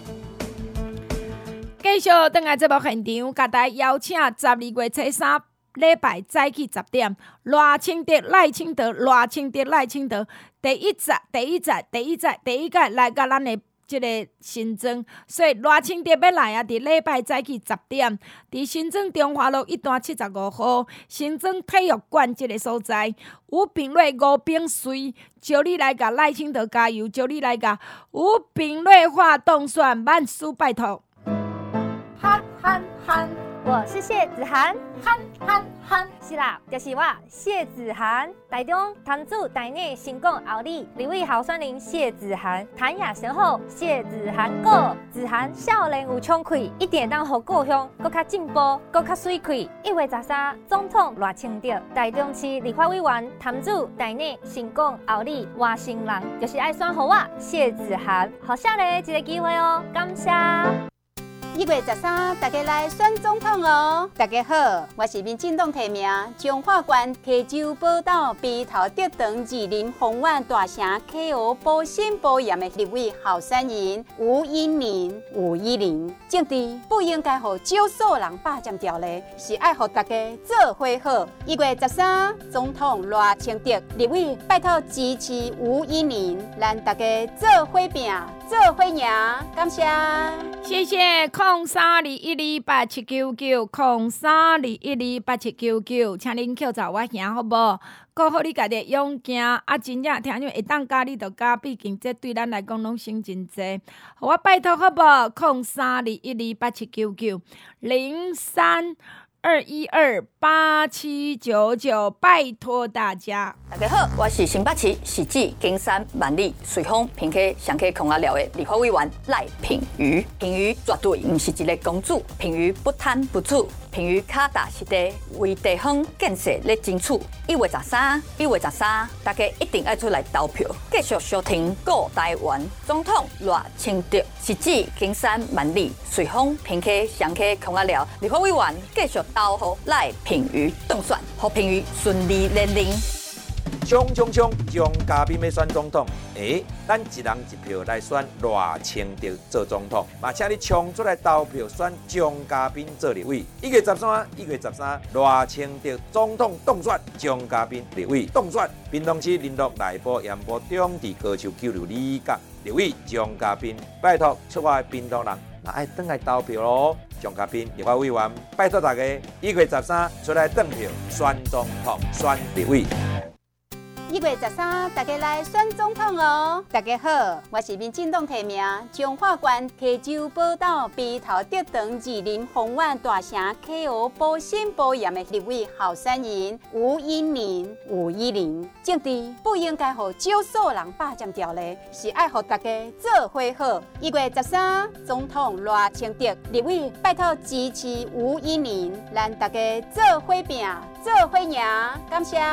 继续倒来节目现场，甲大家邀请十二月初三。礼拜早起十点，赖清德、赖清德、赖清德、赖清德，第一集、第一集、第一集、第一届来到咱的即个新庄，所以赖清德要来啊！伫礼拜早起十点，伫新庄中华路一段七十五号新庄体育馆即个所在，吴炳瑞、吴炳随，招你来甲赖清德加油，招你来甲吴炳瑞化动选，万事拜托。 憨憨憨。我是谢子涵，憨憨憨，是啦，就是我谢子涵。台中潭子台内成功后里，立委候选人谢子涵，谈也上好，谢子涵过，子涵少年有冲气，一定当互故乡搁较进步，搁较水气。一月十三，总统赖清德，台中市立法委员潭子台内成功后里外省人，就是爱选互我谢子涵，互少年一个机会哦，感谢。 一月十三，大家来选总统哦！大家好，我是民进党提名彰化县溪州宝岛鼻头竹塘二林丰苑大城 K O 保险保险的立委候选人吴依玲。吴依玲，政治不应该互少数人霸占掉嘞，是爱互大家做伙好。一月十三，总统赖清德立委拜托支持吴依玲，咱大家做伙拼，做伙赢，感谢。 谢谢。空三二一二八七九九，空三二一二八七九九，请恁扣走我行好无？顾好你家己勇行，啊，真正听见会当加你就加，毕竟这对咱来讲拢省真济。互我拜托好无？空三二一二八七九九零三二一二八七九九，拜托大家。 大家好，我是新北市市指金山万里随风平溪上溪空阿寮的立法委员赖品妤。品妤绝对不是一个公主，品妤不贪不醋，品妤脚踏实地为地方建设咧争取。一月十三，一月十三，大家一定要出来投票，继续收听顾台湾总统赖清德。市指金山万里随风平溪上溪空阿寮立法委员继续投予赖品妤当选，予品妤顺利连任。 冲冲冲！蒋家彬要选总统，诶，咱一人一票来选赖清德做总统，嘛，请你冲出来投票选蒋家彬做立委。一月十三，一月十三，赖清德总统当选，蒋家彬立委当选。屏东市林鹿内埔盐埔中治高球九六里角立委蒋家彬，拜托出外屏东人，那爱转来投票咯。蒋家彬立法委员，拜托大家一月十三出来投票选总统、选立委。 一月十三，大家来选总统哦！大家好，我是民进党提名彰化县溪州宝岛鼻头竹塘二林丰苑大城 K O 保险保险的立委候选人吴依玲。吴依玲，政治不应该互少数人霸占掉嘞，是爱互大家做伙好。一月十三，总统赖清德立委拜托支持吴依玲，咱大家做伙拼，做伙赢，感谢。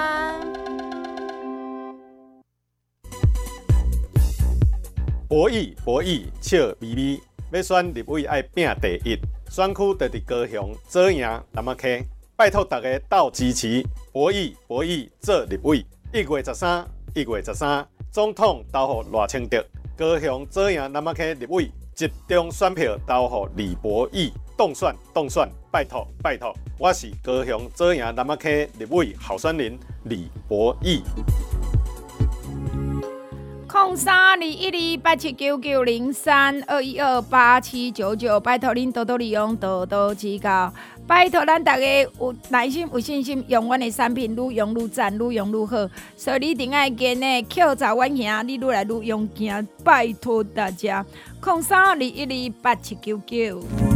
博弈博弈笑眯眯，要选立委爱拼第一，选区就伫高雄左营南仔溪，拜托大家斗支持博弈博弈做立委。一月十三，一月十三，总统投予赖清德，高雄左营南仔溪立委集中选票投予李博弈，当选当选，拜托拜托，我是高雄左营南仔溪立委候选人李博弈。 空三二一二八七九九零三二一二八七九九，拜托您多多利用，多多指教。 拜托咱大家有耐心、有信心，用阮的产品愈用愈赞，愈用愈好。所以你一定要跟呢扣查阮兄，你愈来愈用行。拜托大家，零三二一二八七九九。